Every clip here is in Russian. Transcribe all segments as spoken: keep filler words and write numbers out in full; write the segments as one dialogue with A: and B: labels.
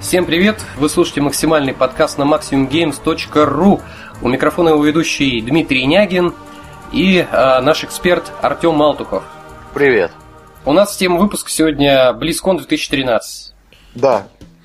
A: Всем привет! Вы слушаете максимальный подкаст на максимум геймс точка ру. У микрофона его ведущий Дмитрий Нягин и э, наш эксперт Артем Малтуков.
B: Привет!
A: У нас тема выпуска сегодня BlizzCon две тысячи тринадцать.
B: Да.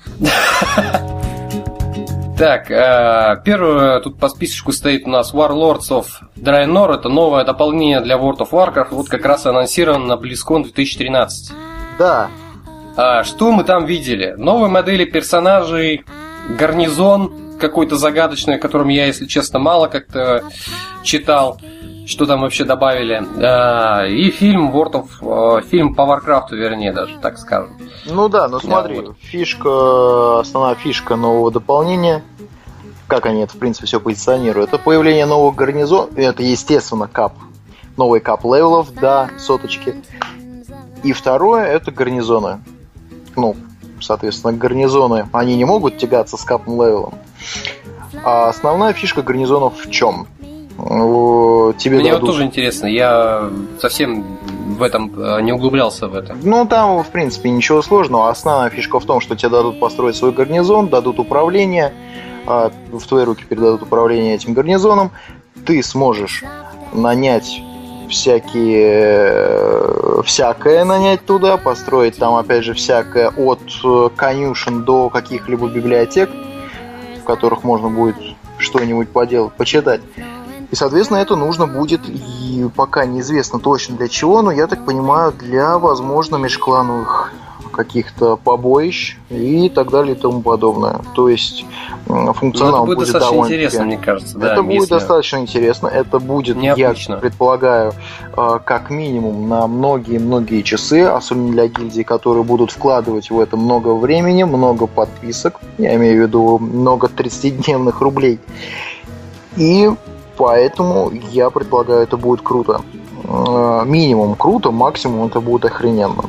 A: Так, э, первое тут по списочку стоит у нас Warlords of Draenor. Это новое дополнение для World of Warcraft. Вот как раз анонсировано на BlizzCon две тысячи тринадцать.
B: Да.
A: А, что мы там видели? Новые модели персонажей, гарнизон какой-то загадочный, о котором я, если честно, мало как-то читал. Что там вообще добавили? А, и фильм World of... Фильм по Warcraft, вернее, даже, так скажем.
B: Ну да, ну смотри, вот. фишка, основная фишка нового дополнения, как они это, в принципе, все позиционируют, это появление новых гарнизонов, это, естественно, кап, новый кап левелов, да, соточки. И второе, это гарнизоны. Ну, соответственно, гарнизоны, они не могут тягаться с капом левелом. А основная фишка гарнизонов в чем? Тебе
A: Мне
B: дадут...
A: вот тоже интересно, я совсем в этом не углублялся в это.
B: Ну, там, в принципе, ничего сложного. Основная фишка в том, что тебе дадут построить свой гарнизон, дадут управление, в твои руки передадут управление этим гарнизоном. Ты сможешь нанять всякие всякое нанять туда, построить там, опять же, всякое от конюшен до каких-либо библиотек, в которых можно будет что-нибудь поделать, почитать. И, соответственно, это нужно будет, и пока неизвестно точно для чего, но, я так понимаю, для, возможно, межклановых каких-то побоищ и так далее и тому подобное. То есть функционал
A: будет,
B: будет
A: достаточно
B: довольно
A: интересно, мне кажется. Да,
B: это будет
A: если...
B: достаточно интересно. Это будет,
A: необычно.
B: Я предполагаю, как минимум на многие-многие часы, особенно для гильдий, которые будут вкладывать в это много времени, много подписок. Я имею в виду много тридцатидневных рублей. И поэтому я предполагаю, это будет круто. Минимум круто, максимум это будет охрененно.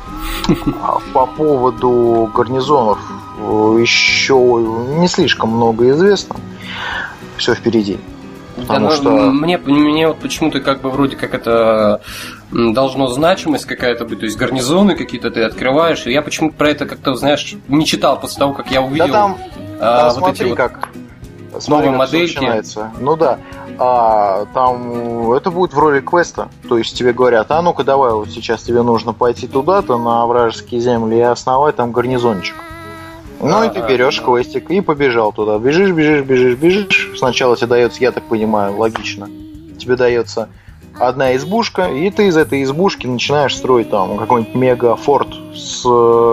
B: По поводу гарнизонов еще не слишком много известно. Все впереди.
A: Да, что... мне, мне вот почему-то как бы вроде как это должно значимость какая-то быть, то есть гарнизоны какие-то ты открываешь, и я почему-то про это как-то, знаешь, не читал после того, как я увидел.
B: Да там,
A: а,
B: там
A: вот
B: смотри,
A: эти
B: как
A: вот
B: смотри,
A: новые
B: как
A: модельки.
B: Начинается. Ну да. А там это будет в роли квеста. То есть тебе говорят, а ну-ка давай, вот сейчас тебе нужно пойти туда-то на вражеские земли и основать там гарнизончик. Ну а, и ты берешь а, квестик и побежал туда. Бежишь, бежишь, бежишь, бежишь. Сначала тебе дается, я так понимаю, логично. Тебе дается одна избушка, и ты из этой избушки начинаешь строить там какой-нибудь мега-форт с...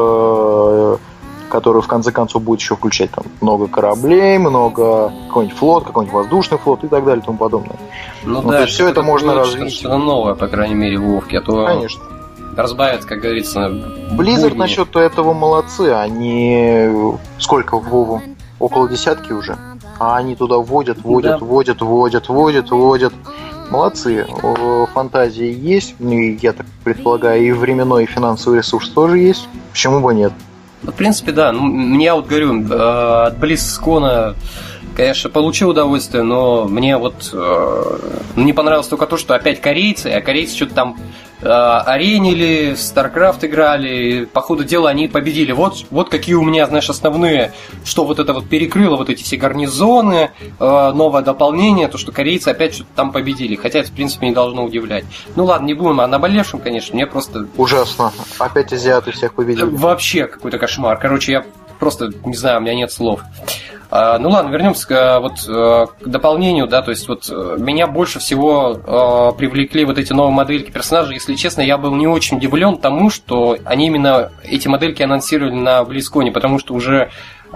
B: который в конце концов будет еще включать там много кораблей, много какой-нибудь флот, какой-нибудь воздушный флот и так далее и тому подобное.
A: Ну,
B: ну
A: да,
B: то есть все это можно развить.
A: Что-то новое, по крайней мере, в Вовке, а то
B: конечно
A: разбавят, как говорится,
B: Blizzard насчет этого молодцы. Они сколько в Вову? Около десятки уже. А они туда вводят, вводят, да. вводят, вводят, вводят, вводят. Молодцы. Фантазии есть, я так предполагаю, и временной, и финансовый ресурс тоже есть. Почему бы нет?
A: Ну, в принципе, да. Ну, мне вот, говорю, от BlizzCon, конечно, получил удовольствие, но мне вот э, не понравилось только то, что опять корейцы, а корейцы что-то там э, аренили, в StarCraft играли, и, по ходу дела они победили. Вот, вот какие у меня, знаешь, основные, что вот это вот перекрыло, вот эти все гарнизоны, э, новое дополнение, то, что корейцы опять что-то там победили. Хотя это, в принципе, не должно удивлять. Ну ладно, не будем о наболевшем, конечно, мне просто...
B: Ужасно. Опять азиаты всех победили.
A: Вообще какой-то кошмар. Короче, я просто, не знаю, у меня нет слов. А, ну ладно, вернемся к, вот, к дополнению, да, то есть вот меня больше всего э, привлекли вот эти новые модельки персонажей. Если честно, я был не очень удивлен тому, что они именно эти модельки анонсировали на BlizzCon, потому что уже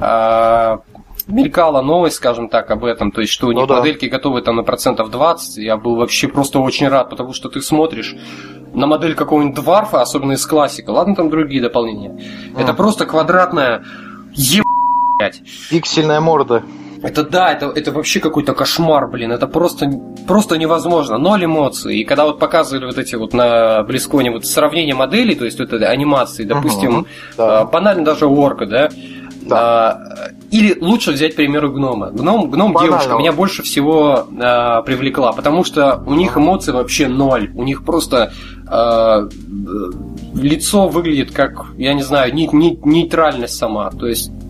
A: э, мелькала новость, скажем так, об этом, то есть что у них ну, да. модельки готовы там на процентов двадцать. Я был вообще просто очень рад, потому что ты смотришь на модель какого-нибудь дварфа, особенно из классика, ладно, там другие дополнения. Mm. Это просто квадратная еб...
B: пиксельная морда.
A: Это да, это, это вообще какой-то кошмар, блин. Это просто, просто невозможно. Ноль эмоций. И когда вот показывали вот эти вот на BlizzCon вот сравнение моделей, то есть вот это анимации, допустим, uh-huh, да. банально даже у орка, да, Да. А, или лучше взять, к примеру, гнома. Гном, гном девушка меня больше всего а, привлекла, потому что у них эмоций вообще ноль. У них просто а, лицо выглядит как, я не знаю, не, не, нейтральность сама. То есть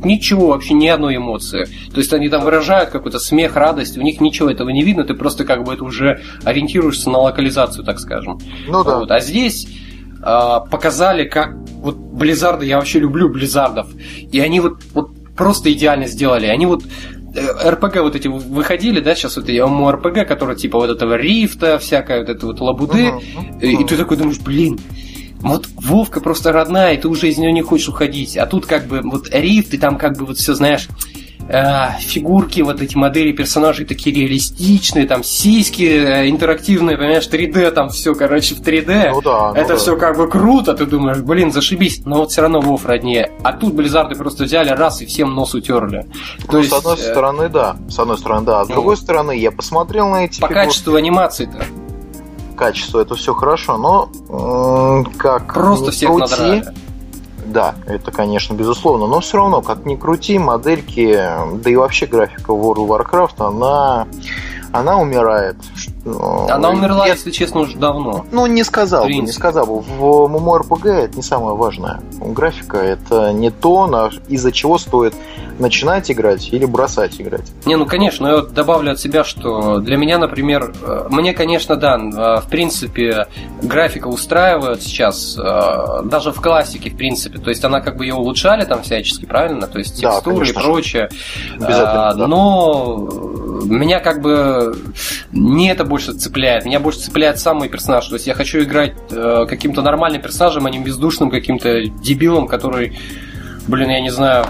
A: вот ничего, вообще ни одной эмоции. То есть они там выражают какой-то смех, радость, у них ничего этого не видно, ты просто как бы это уже ориентируешься на локализацию, так скажем. Ну да. Вот. А здесь э, показали, как вот Близзарды, я вообще люблю Близзардов, и они вот, вот просто идеально сделали. Они вот эр пи джи вот эти выходили, да, сейчас вот эти эм эр пи джи, которые типа вот этого рифта, всякая вот эта вот лабуды, uh-huh, uh-huh. И, и ты такой думаешь, блин, вот Вовка просто родная, и ты уже из нее не хочешь уходить. А тут как бы вот рифт, и там как бы вот все, знаешь, э, фигурки, вот эти модели персонажей такие реалистичные, там сиськи э, интерактивные, понимаешь, три дэ, там все, короче, в три дэ. Ну да, ну это да. Все как бы круто, ты думаешь, блин, зашибись, но вот все равно Вов роднее. А тут Близзарды просто взяли раз и всем нос утерли.
B: Ну, То есть, с одной э... стороны, да. С одной стороны, да. А с ну, другой стороны, я посмотрел на эти
A: По фигурки. Качеству анимации-то.
B: Качество это все хорошо, но э, как
A: просто всех крути, надрали.
B: Да, это, конечно, безусловно, но все равно, как ни крути, модельки, да и вообще графика World of Warcraft, она, она умирает.
A: Она умерла, я, если честно, уже давно.
B: Ну, не сказал бы, не сказал бы. В эм эм о эр пи джи это не самое важное. Графика это не то, из-за чего стоит начинать играть или бросать играть.
A: Не, ну конечно, я добавлю от себя, что для меня, например, мне, конечно, да, в принципе, графика устраивает сейчас, даже в классике, в принципе, то есть она как бы ее улучшали там всячески, правильно? То есть текстуры да, и прочее. А, да. Но меня как бы не это больше цепляет, меня больше цепляет сам мой персонаж, то есть я хочу играть каким-то нормальным персонажем, а не бездушным каким-то дебилом, который, блин, я не знаю...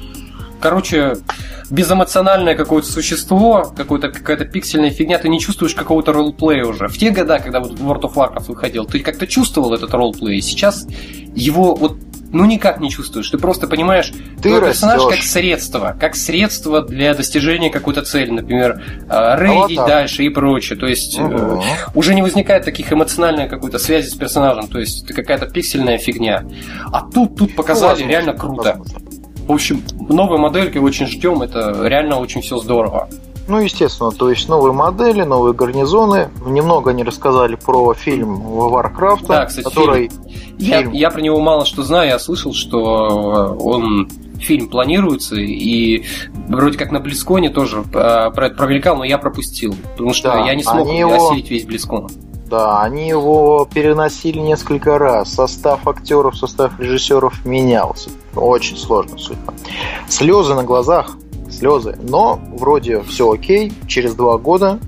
A: Короче, безэмоциональное какое-то существо, какое-то, какая-то пиксельная фигня, ты не чувствуешь какого-то ролплея уже. В те годы, когда вот World of Warcraft выходил, ты как-то чувствовал этот ролплей. Сейчас его вот ну никак не чувствуешь. Ты просто понимаешь, ты твой персонаж как средство, как средство для достижения какой-то цели, например, рейдить дальше и прочее. То есть угу. уже не возникает таких эмоциональной какой-то связи с персонажем. То есть это какая-то пиксельная фигня. А тут, тут показали ну, реально круто. Возможно. В общем, новые модельки очень ждем, это реально очень все здорово.
B: Ну, естественно, то есть новые модели, новые гарнизоны. Немного они рассказали про фильм Warcraft,
A: да, кстати, который... Фильм. Я, фильм... я про него мало что знаю, я слышал, что он... Фильм планируется, и вроде как на Близконе тоже про это провлекал, но я пропустил, потому что да, я не смог его... осилить весь Близкон.
B: Да, они его переносили несколько раз. Состав актеров, состав режиссеров менялся. Очень сложно судьба. Слезы на глазах, слезы. Но вроде все окей. Через два года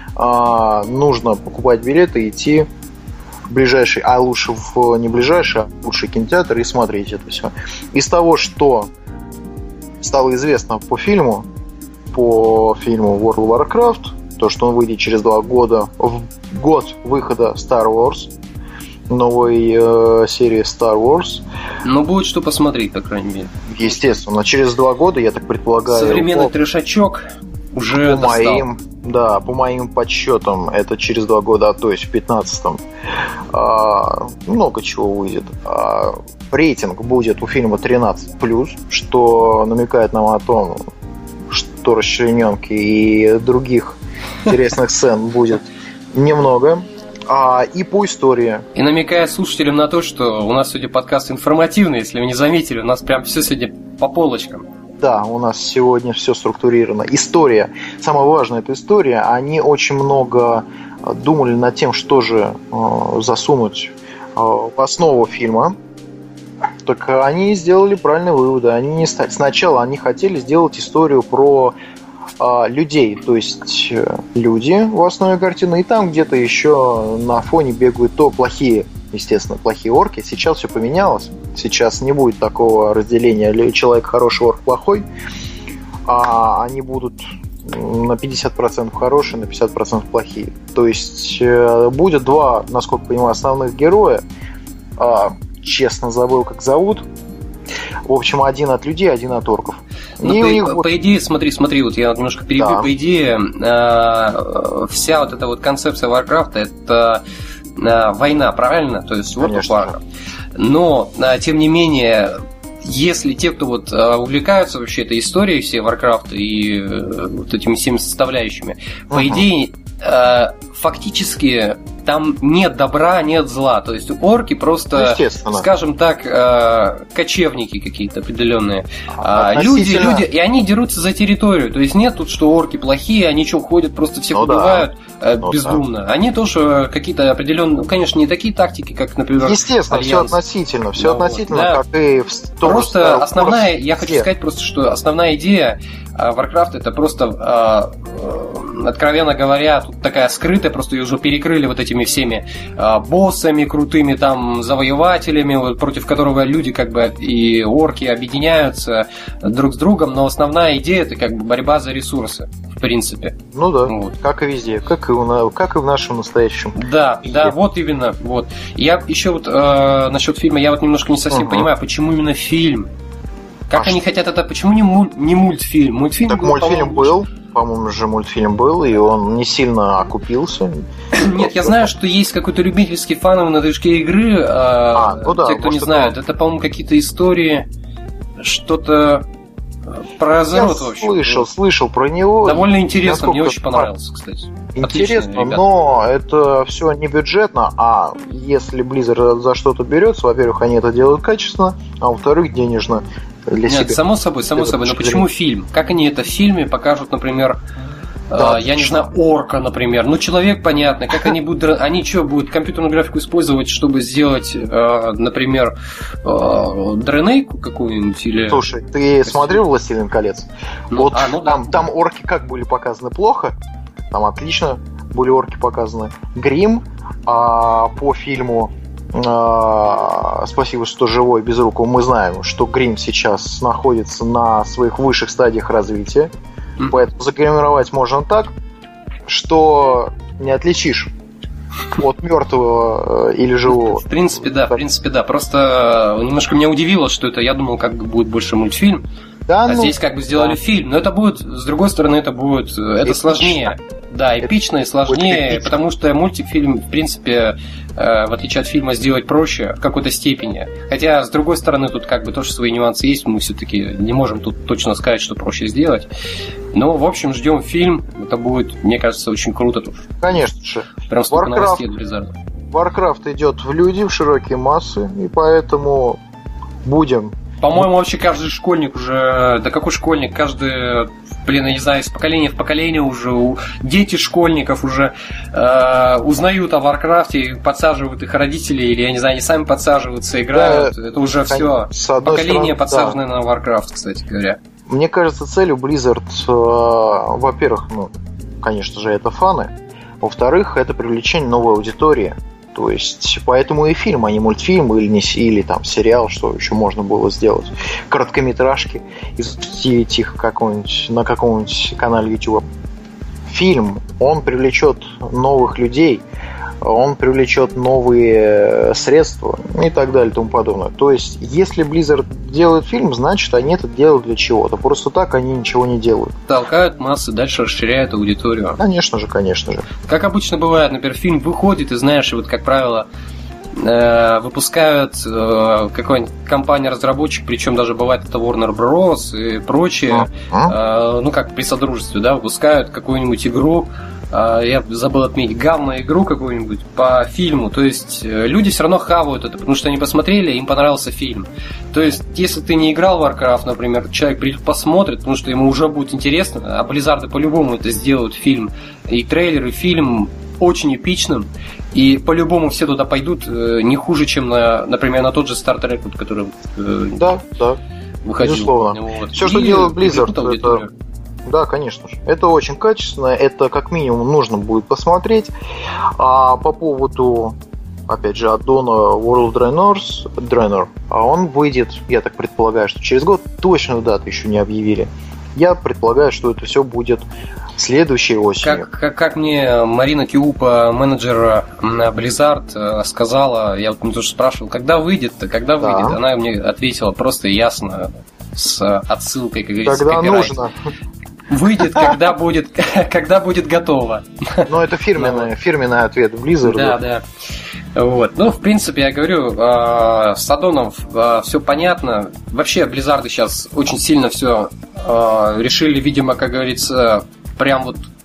B: а, нужно покупать билеты и идти в ближайший, а лучше в не ближайший, а лучший кинотеатр и смотреть это все. Из того, что стало известно по фильму, по фильму World of Warcraft, то, что он выйдет через два года, в год выхода Star Wars, новой э, серии Star Wars.
A: Но будет что посмотреть, по крайней мере.
B: Естественно, через два года, я так предполагаю...
A: Современный по... трешачок уже
B: по моим, да, по моим подсчетам, это через два года, а то есть в пятнадцатом а, много чего выйдет. А, рейтинг будет у фильма тринадцать плюс, что намекает нам о том, что расчлененки и других интересных сцен будет немного. А, и по истории.
A: И намекая слушателям на то, что у нас сегодня подкаст информативный, если вы не заметили, у нас прям все сегодня по полочкам.
B: Да, у нас сегодня все структурировано. История. Самое важное – это история. Они очень много думали над тем, что же э, засунуть э, в основу фильма. Так они сделали правильные выводы. Они не стали. Сначала они хотели сделать историю про э, людей. То есть э, люди в основе картины. И там где-то еще на фоне бегают то плохие, естественно, плохие орки. Сейчас все поменялось. Сейчас не будет такого разделения человек хороший, орк плохой. А они будут на пятьдесят процентов хорошие, на пятьдесят процентов плохие. То есть э, будет два, насколько я понимаю, основных героя. А, честно забыл, как зовут. В общем, один от людей, один от орков.
A: Ну, по, них... по идее, смотри, смотри, вот я немножко перебью. Да. По идее, э, вся вот эта вот концепция Warcraft — это э, война, правильно? То есть World of Warcraft. Но, тем не менее, если те, кто вот увлекаются вообще этой историей всей Warcraft и вот этими всеми составляющими, uh-huh. по идее, фактически там нет добра, нет зла. То есть орки просто, скажем так, э, кочевники какие-то определенные. А, люди, люди, и они дерутся за территорию. То есть нет тут, что орки плохие, они что, ходят, просто всех ну, убивают да. э, ну, бездумно. Да. Они тоже какие-то определенные, ну, конечно, не такие тактики, как, например,
B: естественно, Альянс. Все относительно, все ну, относительно, да. как и в том,
A: просто основная, я хочу сказать просто, что основная идея Warcraft это просто, откровенно говоря, тут такая скрытая, просто ее уже перекрыли вот этими всеми боссами крутыми, там, завоевателями, против которого люди как бы и орки объединяются друг с другом, но основная идея это как бы борьба за ресурсы, в принципе.
B: Ну да, вот. Как и везде, как и, у, как и в нашем настоящем.
A: Да, мире. Да, вот именно, вот. Я еще вот э, насчет фильма, я вот немножко не совсем uh-huh. понимаю, почему именно фильм. Как а они что? Хотят это? Почему не, муль, не мультфильм? Мультфильм
B: так
A: был,
B: мультфильм по-моему, был, по-моему, же мультфильм был, и он не сильно окупился.
A: Нет, я знаю, что есть какой-то любительский фановый на движке игры. А, ну да, те, кто не знает, это, по-моему, какие-то истории, что-то про Азерот, в общем.
B: Слышал, слышал про него.
A: Довольно интересно, мне очень понравился, кстати.
B: Интересно, но это все не бюджетно, а если Blizzard за что-то берется, во-первых, они это делают качественно, а во-вторых, денежно. Для
A: Нет,
B: себя.
A: само собой, само собой. Но почему фильм? Как они это в фильме покажут, например, да, э, я не знаю, орка, например. Ну, человек, понятно. Как они будут... Они что, будут компьютерную графику использовать, чтобы сделать, э, например, э, дренейку какую-нибудь? Или...
B: Слушай, ты смотрел «Властелин колец»? Ну, вот а, ну, там, да. там орки как были показаны плохо, там отлично были орки показаны. Грим а, по фильму «Спасибо, что живой, без руку», мы знаем, что Грим сейчас находится на своих высших стадиях развития, mm-hmm. поэтому загримировать можно так, что не отличишь от мертвого или живого.
A: В принципе, да, в принципе, да. Просто немножко меня удивило, что это, я думал, как будет больше мультфильм, да, а ну, здесь как бы сделали да. фильм. Но это будет, с другой стороны, это будет, это эпично. Сложнее. Да, эпично и сложнее, потому что мультик-фильм, в принципе, э, в отличие от фильма, сделать проще в какой-то степени. Хотя, с другой стороны, тут как бы тоже свои нюансы есть, мы все-таки не можем тут точно сказать, что проще сделать. Но, в общем, ждем фильм, это будет, мне кажется, очень круто тут.
B: Конечно же.
A: Прям столько новостей от Blizzard.
B: Warcraft идет в люди, в широкие массы, и поэтому будем...
A: По-моему, вообще каждый школьник уже... Да какой школьник? Каждый... Блин, я не знаю, из поколения в поколение уже у дети школьников уже э, узнают о Варкрафте и подсаживают их родители, или, я не знаю, они сами подсаживаются, играют. Да, это уже все. Поколение стороны, подсаженное да. на Warcraft, кстати говоря.
B: Мне кажется, целью Blizzard, э, во-первых, ну, конечно же, это фаны. Во-вторых, это привлечение новой аудитории. То есть, поэтому и фильм, а не мультфильм, или, не, или там сериал, что еще можно было сделать. Короткометражки, изучить их какой-нибудь, на каком-нибудь канале YouTube. Фильм, он привлечет новых людей, он привлечет новые средства и так далее и тому подобное. То есть, если Blizzard делает фильм, значит, они это делают для чего-то. Просто так они ничего не делают.
A: Толкают массы, дальше расширяют аудиторию.
B: Конечно же, конечно же.
A: Как обычно бывает, например, фильм выходит, и знаешь, вот, как правило, выпускают э, какая-нибудь компания-разработчик, причем даже бывает это Warner Bros. И прочее, uh-huh. э, ну как при содружестве, да, выпускают какую-нибудь игру, э, я забыл отметить, говно игру какую-нибудь по фильму, то есть э, люди все равно хавают это, потому что они посмотрели, им понравился фильм. То есть, если ты не играл в Warcraft, например, человек придет посмотрит, потому что ему уже будет интересно, а Blizzard по-любому это сделают фильм, и трейлер, и фильм очень эпичным, и по-любому все туда пойдут э, не хуже, чем, на, например, на тот же Star Trek, вот, который э,
B: да, да,
A: выходил.
B: Безусловно. Вот. Все, что и делает Blizzard, это... Да, конечно же. Это очень качественно, это как минимум нужно будет посмотреть. А по поводу, опять же, аддона World Draenors, Draenor, а он выйдет, я так предполагаю, что через год, точную дату еще не объявили. Я предполагаю, что это все будет следующей осенью.
A: Как, как, как мне Марина Киупа, менеджер Blizzard, сказала, я вот мне тоже спрашивал, когда выйдет, когда да. выйдет, она мне ответила просто ясно, с отсылкой, как говорится,
B: когда нужно.
A: Выйдет, когда будет, когда будет готово.
B: Ну, это фирменный, ну, фирменный ответ Blizzard.
A: Да, да. Вот. Ну, в принципе, я говорю, э, с аддоном э, все понятно. Вообще, Blizzard сейчас очень сильно все э, решили, видимо, как говорится, прям вот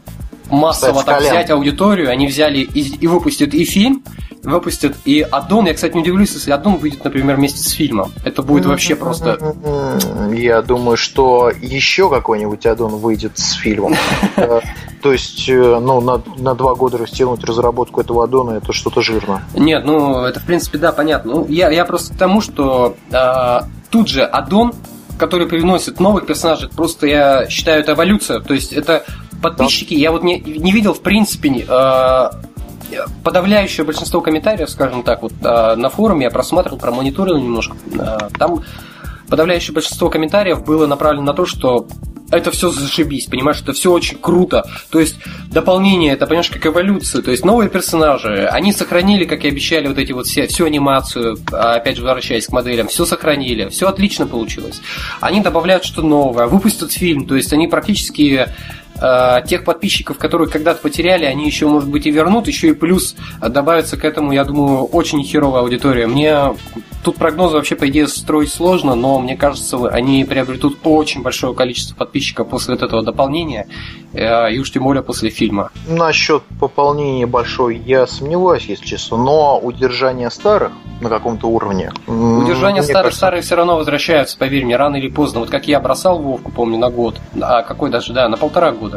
A: массово так взять аудиторию, они взяли и, и выпустят и фильм, выпустят и аддон. Я, кстати, не удивлюсь, если аддон выйдет, например, вместе с фильмом. Это будет вообще просто...
B: Я думаю, что еще какой-нибудь аддон выйдет с фильмом. То есть, ну, на, на два года растянуть разработку этого аддона, это что-то жирно.
A: Нет, ну, это, в принципе, да, понятно. Ну, я, я просто к тому, что э, тут же аддон, который привносит новых персонажей, просто, я считаю, это эволюция. То есть, это подписчики, да. Я вот не, не видел, в принципе... Э, подавляющее большинство комментариев, скажем так, вот на форуме я просматривал, промониторил немножко. Там подавляющее большинство комментариев было направлено на то, что это все зашибись, понимаешь, это все очень круто. То есть дополнение, это, понимаешь, как эволюция. То есть новые персонажи, они сохранили, как и обещали, вот эти вот все, всю анимацию, опять же, возвращаясь к моделям, все сохранили, все отлично получилось. Они добавляют что-то новое, выпустят фильм, то есть они практически... тех подписчиков, которые когда-то потеряли, они еще, может быть, и вернут, еще и плюс добавится к этому, я думаю, очень херовая аудитория. Мне тут прогнозы вообще, по идее, строить сложно, но мне кажется, они приобретут очень большое количество подписчиков после вот этого дополнения, и уж тем более после фильма.
B: Насчет пополнения большой я сомневаюсь, если честно, но удержание старых на каком-то уровне...
A: Удержание старых, кажется... старые все равно возвращаются, поверь мне, рано или поздно. Вот как я бросал Вовку, помню, на год, а какой даже, да, на полтора года.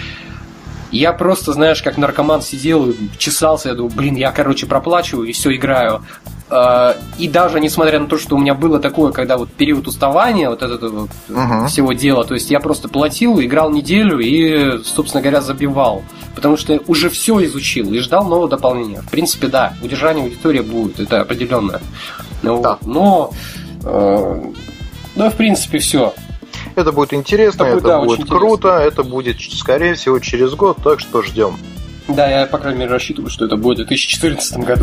A: Я просто, знаешь, как наркоман сидел, чесался, я думаю, блин, я, короче, проплачиваю и все, играю. И даже несмотря на то, что у меня было такое, когда вот период уставания, вот этого вот uh-huh. всего дела, то есть я просто платил, играл неделю и, собственно говоря, забивал. Потому что уже все изучил и ждал нового дополнения. В принципе, да, удержание аудитории будет, это определенно. Ну, да. Но, э, ну, в принципе, все.
B: Это будет интересно, это, это
A: да,
B: будет круто, интересно. Это будет, скорее всего, через год, так что ждем.
A: Да, я, по крайней мере, рассчитываю, что это будет в две тысячи четырнадцатом году.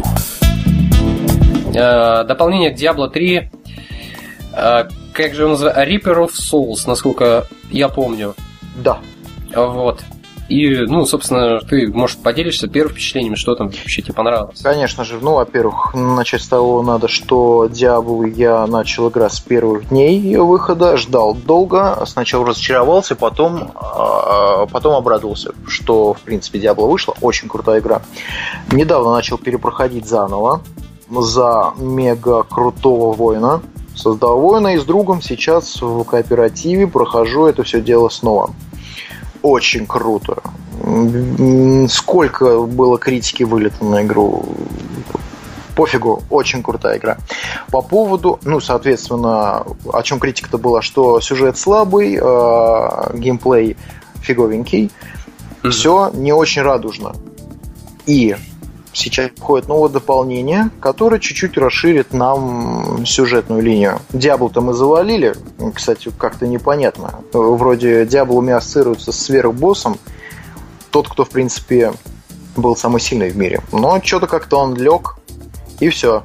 A: Дополнение к Diablo три, как же он называется, Reaper of Souls, насколько я помню.
B: Да.
A: Вот. И, ну, собственно, ты, может, поделишься первым впечатлением, что там вообще тебе понравилось?
B: Конечно же. Ну, во-первых, начать с того надо, что Diablo я начал играть с первых дней ее выхода, ждал долго, сначала разочаровался, потом, потом обрадовался, что, в принципе, Diablo вышла. Очень крутая игра. Недавно начал перепроходить заново за мега крутого воина. Создал воина и с другом сейчас в кооперативе прохожу это все дело снова. Очень круто. Сколько было критики вылета на игру. Пофигу, очень крутая игра. По поводу, ну, соответственно, о чем критика-то была, что сюжет слабый, э, геймплей фиговенький, mm-hmm. все не очень радужно. И сейчас входит новое дополнение, которое чуть-чуть расширит нам сюжетную линию. Диабло-то мы завалили, кстати, как-то непонятно. Вроде Диабло у меня ассоциируется с сверхбоссом, тот, кто, в принципе, был самый сильный в мире. Но что-то как-то он лег, и все.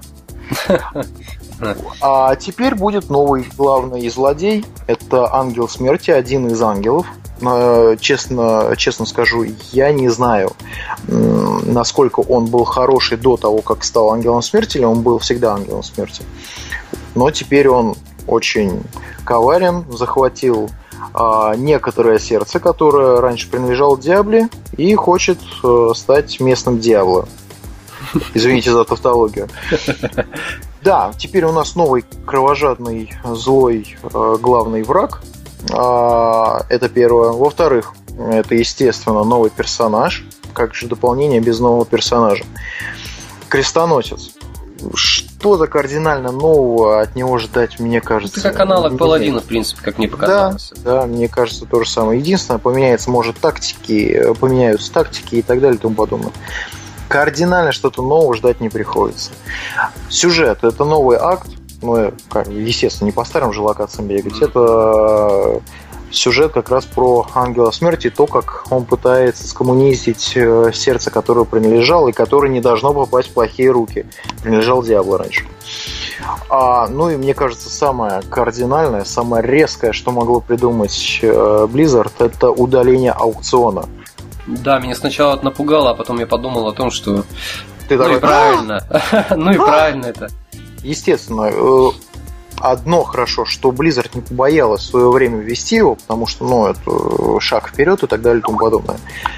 B: А теперь будет новый главный злодей. Это Ангел Смерти, один из ангелов. Честно, честно скажу, я не знаю, насколько он был хороший до того, как стал Ангелом Смерти, или он был всегда Ангелом Смерти. Но теперь он очень коварен, захватил а, некоторое сердце, которое раньше принадлежало Диабле, и хочет а, стать местным Диабло. Извините за тавтологию. Да, теперь у нас новый кровожадный, злой а, главный враг. Это первое. Во-вторых, это, естественно, новый персонаж. Как же дополнение без нового персонажа? Крестоносец. Что-то кардинально нового от него ждать, мне кажется.
A: Это как аналог Паладина, в принципе, как мне показалось.
B: Да, да, мне кажется, то же самое. Единственное, поменяется, может, тактики, поменяются тактики и так далее и тому подобное. Кардинально что-то нового ждать не приходится. Сюжет. Это новый акт. Ну, естественно, не по старым же локациям бегать. Это сюжет как раз про Ангела Смерти, то, как он пытается скоммунизить сердце, которое принадлежало и которое не должно попасть в плохие руки. Принадлежал Диабло раньше. А, ну и мне кажется, самое кардинальное, самое резкое, что могло придумать Blizzard, это удаление аукциона.
A: Да, меня сначала это напугало, а потом я подумал о том, что
B: Ты
A: ну
B: такой...
A: и правильно. Ну и правильно это.
B: Естественно, одно хорошо, что Blizzard не побоялась в свое время ввести его, потому что, ну, это шаг вперед и так далее и тому подобное.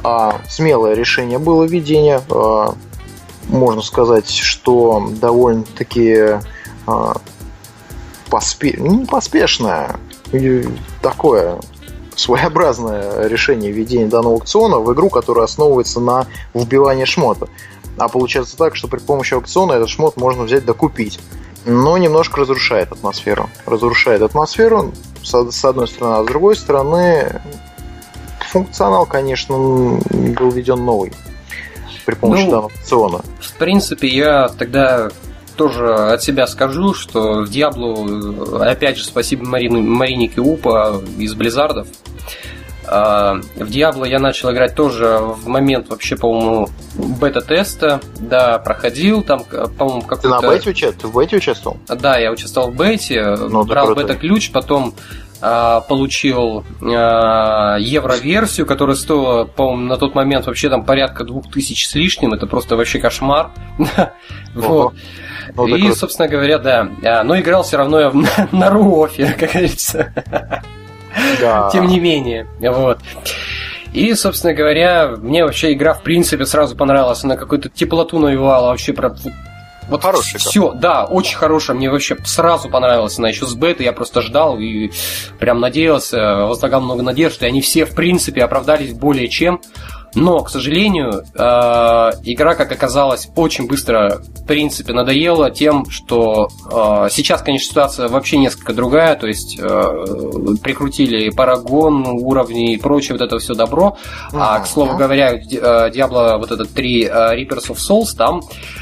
B: А, смелое решение было введение. А, можно сказать, что довольно-таки а, поспе... не поспешное, такое своеобразное решение введения данного аукциона в игру, которая основывается на вбивании шмота. А получается так, что при помощи аукциона этот шмот можно взять да купить. Но немножко разрушает атмосферу. Разрушает атмосферу, с одной стороны, а с другой стороны, функционал, конечно, был введен новый при помощи ну, данного аукциона.
A: В принципе, я тогда тоже от себя скажу, что в Диаблу, опять же, спасибо Марине, Марине Киупа из Близзардов. В Диабло я начал играть тоже в момент вообще, по-моему, бета-теста. Да, проходил там, по-моему, какой-то...
B: Ты на бете участвовал? В бете участвовал?
A: Да, я участвовал в бете, ну, брал бета-ключ, потом а, получил а, евро-версию, которая стоила, по-моему, на тот момент вообще там порядка двух тысяч с лишним. Это просто вообще кошмар. Вот. Ну, и, собственно говоря, да. Но играл все равно я на руофе, как говорится. Да. Тем не менее, вот. И, собственно говоря, мне вообще игра в принципе сразу понравилась, она какую-то теплоту навевала вообще про... Вот
B: хорошая.
A: Все, да, очень хорошая, мне вообще сразу понравилась она еще с беты, я просто ждал и прям надеялся, возлагал много надежд, и они все в принципе оправдались более чем. Но, к сожалению, игра, как оказалось, очень быстро, в принципе, надоела тем, что сейчас, конечно, ситуация вообще несколько другая, то есть прикрутили Парагон, уровни и прочее, вот это все добро. Uh-huh. А, к слову говоря, Diablo, вот этот три Reapers of Souls, там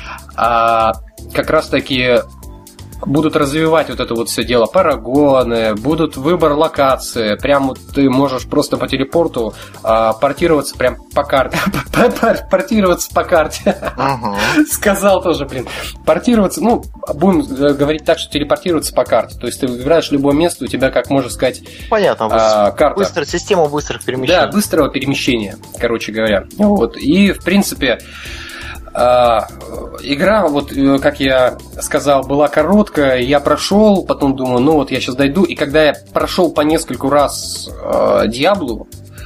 A: как раз-таки будут развивать вот это вот все дело, парагоны, будут выбор локации, прям вот ты можешь просто по телепорту а, портироваться прям по карте, портироваться по карте, сказал тоже, блин, портироваться, ну, будем говорить так, что телепортироваться по карте, то есть ты выбираешь любое место, у тебя, как можно сказать,
B: понятно, а, карта. Быстро, система быстрых перемещений.
A: Да, быстрого перемещения, короче говоря, вот, и, в принципе, Uh, игра, вот как я сказал, была короткая, я прошел, потом думаю, ну вот я сейчас дойду, и когда я прошел по нескольку раз uh, Диаблу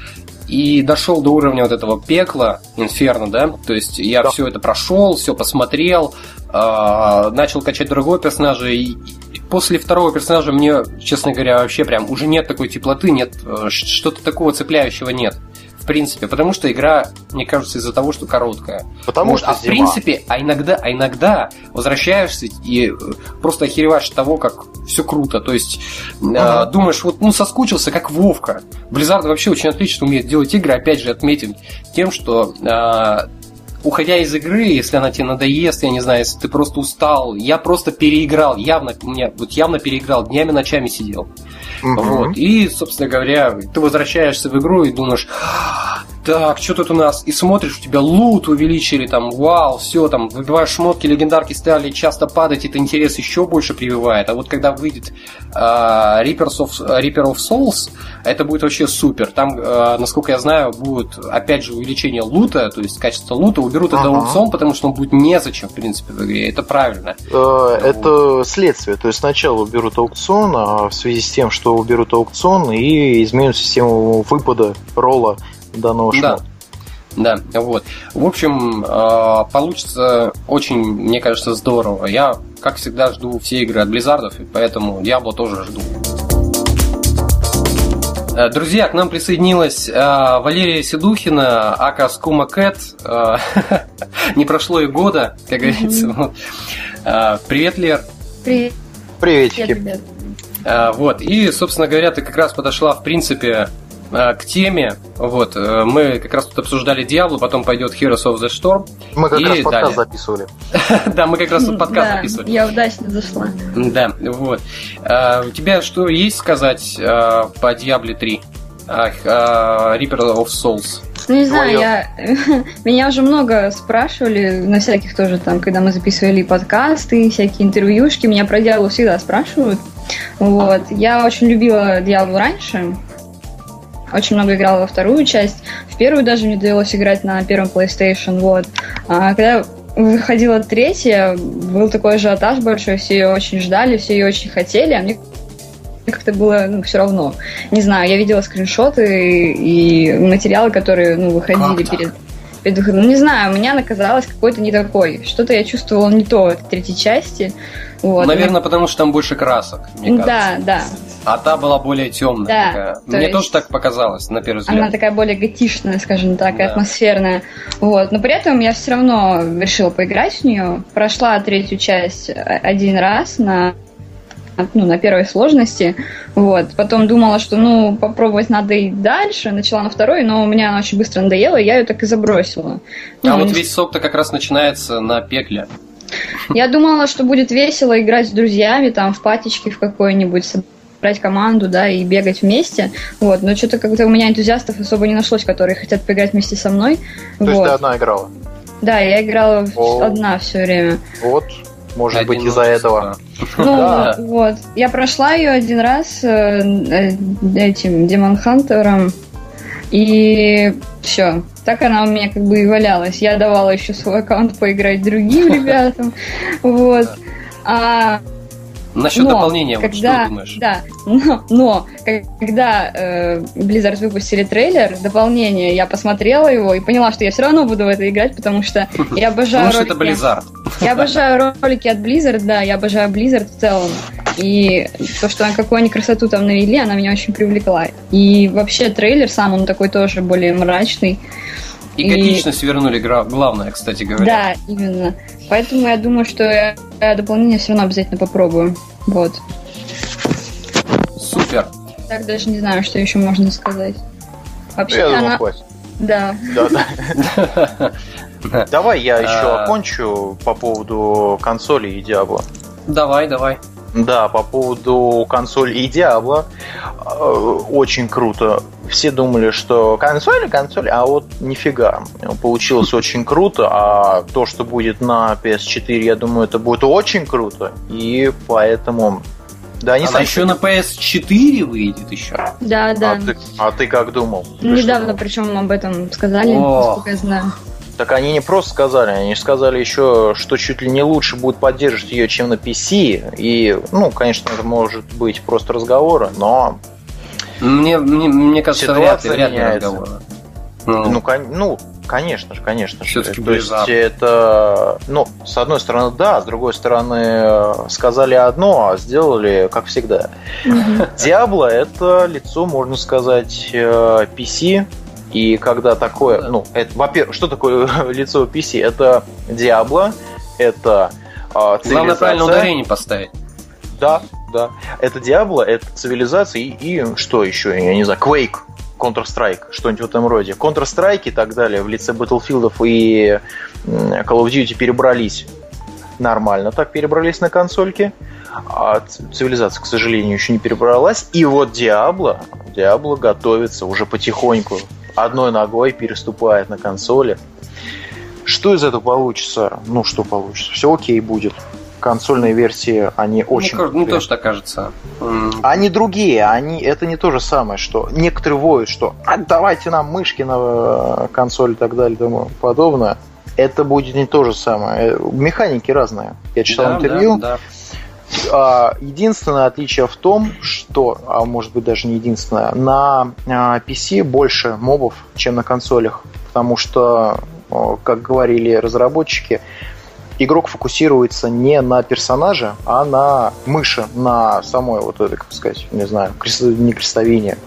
A: и дошел до уровня вот этого пекла, Инферно, да, то есть я да. все это прошел, все посмотрел, uh, начал качать другого персонажа, и, и после второго персонажа мне, честно говоря, вообще прям уже нет такой теплоты, нет, uh, что-то такого цепляющего нет. В принципе, потому что игра, мне кажется, из-за того, что короткая.
B: Потому вот, что
A: а
B: зима.
A: В принципе, а иногда, а иногда возвращаешься и просто охереваешь от того, как все круто. То есть uh-huh. э, думаешь, вот ну соскучился, как Вовка. Blizzard вообще очень отлично умеет делать игры. Опять же, отметим тем, что э, уходя из игры, если она тебе надоест, я не знаю, если ты просто устал, я просто переиграл, явно, меня, вот явно переиграл, днями, ночами сидел. Uh-huh. Вот. И, собственно говоря, ты возвращаешься в игру и думаешь, так, что тут у нас? И смотришь, у тебя лут увеличили, там, вау, все, там, выбиваешь шмотки, легендарки стали часто падать, это интерес еще больше прививает. А вот когда выйдет э, Reapers of, Reaper of Souls, это будет вообще супер. Там, э, насколько я знаю, будет, опять же, увеличение лута, то есть качество лута, уберут ага. это аукцион, потому что он будет незачем, в принципе, в игре. Это правильно.
B: Это следствие. То есть сначала уберут аукцион, а в связи с тем, что уберут аукцион и изменят систему выпада ролла данного шмота.
A: Да, да, вот. В общем, получится очень, мне кажется, здорово. Я, как всегда, жду все игры от Близзардов, и поэтому Diablo тоже жду. Друзья, к нам присоединилась Валерия Седухина, ака Скума Кэт. Не прошло и года, как говорится. Привет, Лер.
C: Привет.
B: Приветики.
C: Привет.
A: Вот, и, собственно говоря, ты как раз подошла, в принципе, к теме. Вот, мы как раз тут обсуждали Diablo, потом пойдет Heroes of the Storm.
B: Мы как раз подкаст записывали.
A: Да, мы как раз тут подкаст записывали.
C: Я удачно зашла.
A: Да, вот. У тебя что есть сказать по Diablo три? Reaper of Souls.
C: Ну, не знаю, я... меня уже много спрашивали, на всяких тоже там, когда мы записывали подкасты, всякие интервьюшки, меня про Diablo всегда спрашивают. Вот. Я очень любила Diablo раньше, очень много играла во вторую часть, в первую даже мне довелось играть на первом PlayStation, вот. А когда выходила третья, был такой ажиотаж большой, все ее очень ждали, все ее очень хотели, а мне как-то было ну, все равно. Не знаю, я видела скриншоты и материалы, которые ну, выходили
A: как
C: перед, перед выходом. Ну, не знаю, у меня она казалась какой-то не такой. Что-то я чувствовала не то в этой третьей части. Вот.
A: Наверное, потому что там больше красок, мне кажется.
C: Да, да.
A: А та была более темная
C: Да,
A: такая.
C: то
A: Мне
C: есть
A: тоже так показалось, на первый взгляд.
C: Она такая более готичная, скажем так, и
A: Да.
C: атмосферная. Вот. Но при этом я все равно решила поиграть в нее. Прошла третью часть один раз на, ну, на первой сложности. Вот. Потом думала, что ну попробовать надо и дальше. Начала на второй, но у меня она очень быстро надоела, и я ее так и забросила.
A: А
C: Ну,
A: вот
C: не-
A: весь сок-то как раз начинается на пекле.
C: Я думала, что будет весело играть с друзьями, там, в патичке в какой-нибудь, собрать команду, да, и бегать вместе. Вот. Но что-то как-то у меня энтузиастов особо не нашлось, которые хотят поиграть вместе со мной.
B: То есть
C: Вот.
B: ты одна играла?
C: Да, я играла в-
B: О.
C: одна все время.
B: Вот, может быть, из-за
A: Одиночество.
B: этого.
C: Ну,
B: Да.
C: вот. Я прошла ее один раз э, э, этим Демон Хантером, и все. Так она у меня как бы и валялась. Я давала еще свой аккаунт поиграть другим ребятам. Вот. А
A: Насчет
C: Но,
A: дополнения, вот
C: когда,
A: что думаешь?
C: Да, но, но когда э, Blizzard выпустили трейлер, дополнение, я посмотрела его и поняла, что я все равно буду в это играть, потому что я обожаю
A: Потому что это
C: ролики.
A: Blizzard.
C: Я обожаю ролики от Blizzard, да, я обожаю Blizzard в целом. И то, что какую они красоту там навели, она меня очень привлекла. И вообще трейлер сам, он такой тоже более мрачный.
A: И
C: И-
A: готичность вернули, гра- главное, кстати говоря.
C: Да, именно. Поэтому я думаю, что я я дополнение все равно обязательно попробую. Вот.
A: Супер.
C: Так даже не знаю, что еще можно сказать. Вообще,
B: Я думаю,
C: она...
B: хватит.
C: Да.
B: Да, да. Давай я еще
A: А.
B: окончу по поводу консоли и Диабло.
A: Давай, давай.
B: Да, по поводу консоли и Диабло. э, Очень круто. Все думали, что консоль, консоль, а вот нифига. Получилось очень круто, а то, что будет на пи эс четыре, я думаю, это будет очень круто. И поэтому... Да, не
A: Она
B: знаю,
A: еще на пи эс четыре выйдет еще.
C: Да, да.
B: А ты, а ты как думал? Ты
C: Недавно,
B: что?
C: причем об этом сказали,
A: О.
C: насколько я знаю.
B: Так они не просто сказали, они сказали еще, что чуть ли не лучше будет поддерживать ее, чем на пи си. И, ну, конечно, это может быть просто разговоры, но
A: Мне, мне, мне кажется, вряд ли,
B: Ситуация
A: вряд ли
B: меняется.
A: разговоры. Ну,
B: Ну, кон- ну, конечно же, конечно же.
A: Всё-таки
B: То есть
A: Blizzard.
B: это, ну, с одной стороны, да, с другой стороны, э, сказали одно, а сделали, как всегда. Diablo — это лицо, можно сказать, э, пи си. И когда такое,
A: Да.
B: ну, это, во-первых, что такое лицо пи си? Это Diablo, это э,
A: главное правильно
B: цивилизация.
A: ударение поставить.
B: Да, да. Это Diablo, это цивилизация и, и что еще, я не знаю, Quake, Counter-Strike, что-нибудь в этом роде. Counter-Strike и так далее в лице Battlefield'ов и м, Call of Duty перебрались нормально, так перебрались на консольки. А ц- цивилизация, к сожалению, еще не перебралась. И вот Diablo, Diablo готовится уже потихоньку, одной ногой переступает на консоли. Что из этого получится? Ну, что получится? Все окей будет. Консольные версии, они очень...
A: Ну, мне тоже так кажется. М,
B: Они другие, они, это не то же самое, что некоторые воют, что а, давайте нам мышки на э, консоль и так далее и тому подобное. Это будет не то же самое. Э, Механики разные. Я читал
A: да,
B: интервью.
A: да, да.
B: А, Единственное отличие в том, что, а может быть даже не единственное, на а, пи си больше мобов, чем на консолях. Потому что, о, как говорили разработчики, игрок фокусируется не на персонаже, а на мыши, на самой вот это, как сказать, не знаю, крест- не крестовине,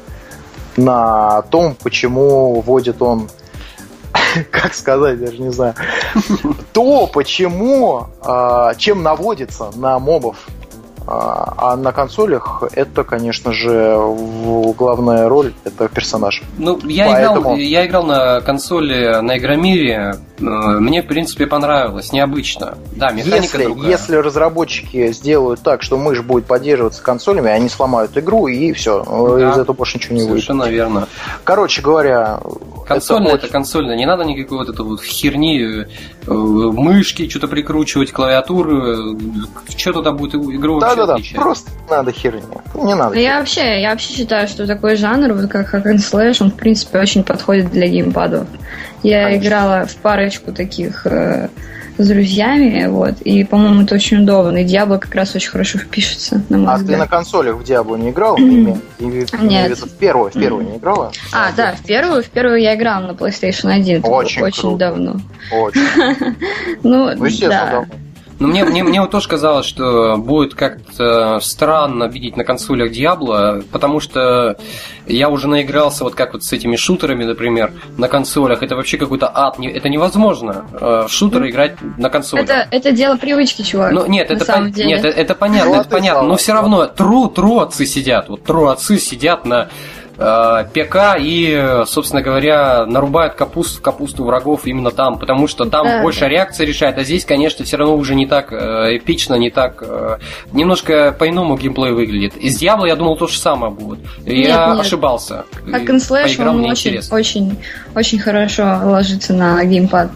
B: на том, почему вводит он, как сказать, даже не знаю, то, почему, а, чем наводится на мобов. А а на консолях это, конечно же, в- главная роль — это персонаж.
A: Ну, я,
B: Поэтому-
A: играл, я играл на консоли на Игромире. э, Мне, в принципе, понравилось. Необычно. Да, механика
B: Если,
A: другая.
B: если разработчики сделают так, что мышь будет поддерживаться консолями, они сломают игру, и все,
A: Да.
B: из этого больше ничего не выйдет.
A: Совершенно верно.
B: Короче говоря,
A: Консольная это,
B: очень-
A: консольная. Не надо никакой вот этой вот херни, э, мышки, что-то прикручивать, клавиатуры. Что туда будет игру вообще
B: Да-да-да,
A: отличать?
B: просто не надо херни. Не надо.
C: Ну, Я вообще, я вообще считаю, что такой жанр, вот как Hack and Slash, он, в принципе, очень подходит для геймпадов. Я
B: Конечно.
C: играла в парочку таких э, с друзьями, вот, и, по-моему, это очень удобно, и Diablo как раз очень хорошо впишется, на мой
B: а
C: взгляд.
B: ты на консолях в Diablo не играл? Mm-hmm.
C: Нет.
B: В первую, в первую не играла?
C: А, да, в первую, в первую я играла на PlayStation один.
B: Очень
C: Очень
B: круто.
C: давно.
B: Очень.
C: Ну,
B: Ну, естественно,
C: да.
B: давно.
A: Ну, мне, мне, мне вот тоже казалось, что будет как-то странно видеть на консолях Diablo, потому что я уже наигрался вот как вот с этими шутерами, например, на консолях. Это вообще какой-то ад. Это невозможно в шутеры играть на консолях.
C: Это, это дело привычки, чувак.
A: Ну, нет,
C: на
A: это,
C: самом
A: пон...
C: деле.
A: нет, это понятно,
B: Ну,
A: это понятно, но все равно тру, тру отцы сидят. Вот тру отцы сидят на э, ПК и, собственно говоря, нарубают капусту, капусту врагов именно там, потому что там
C: Да,
A: больше
C: да.
A: реакция решает, а здесь, конечно, все равно уже не так э, эпично, не так... Э, немножко по-иному геймплей выглядит. Из Diablo я думал, то же самое будет. И
C: Нет,
A: я
C: нет.
A: ошибался.
C: Как and Slash,
A: Поиграл,
C: он
A: мне
C: очень,
A: интересно.
C: очень, очень хорошо ложится на геймпад.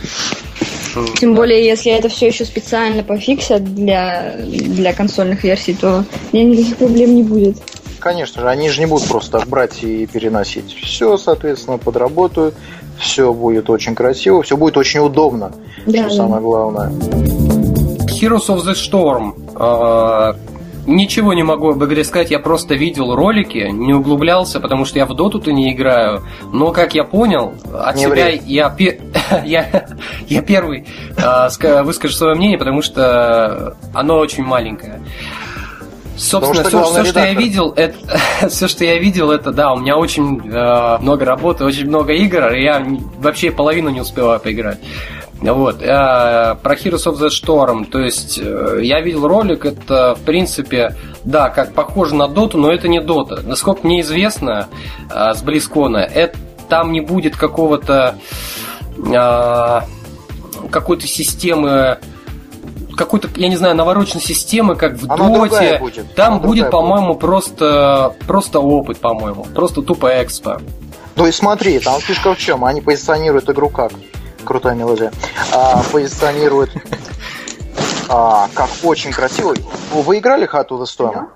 C: Тем более, если это все еще специально пофиксят для, для консольных версий, то у меня никаких проблем не будет.
B: Конечно же, они же не будут просто так брать и переносить. Все, соответственно, подработают, все будет очень красиво, все будет очень удобно,
C: Да,
B: что
C: да.
B: самое главное.
A: Heroes of the Storm. Э, ничего не могу об игре сказать, я просто видел ролики, не углублялся, потому что я в доту-то не играю. Но, как я понял, от
B: Не
A: себя
B: ври.
A: я, пе- я, я первый э, ска- выскажу свое мнение, потому что оно очень маленькое. Собственно,
B: что
A: все,
B: главный
A: все, что я
B: редактор.
A: видел, это все, что я видел, это да, у меня очень э, много работы, очень много игр, и я вообще половину не успеваю поиграть. Вот. Э, про Heroes of the Storm, то есть э, я видел ролик, это в принципе, да, как похоже на доту, но это не дота. Насколько мне известно э, с BlizzCon, это, там не будет какого-то э, какой-то системы, какой-то, я не знаю, навороченной системы, как в
B: Она другая
A: доте.
B: будет.
A: Там
B: Она
A: будет,
B: другая
A: по-моему, просто, просто опыт, по-моему. Просто тупо экспо.
B: Ну и смотри, там фишка в чем? Они позиционируют игру как? Крутая мелодия. А, позиционируют а, как очень красивый. Вы играли Heart of the Storm?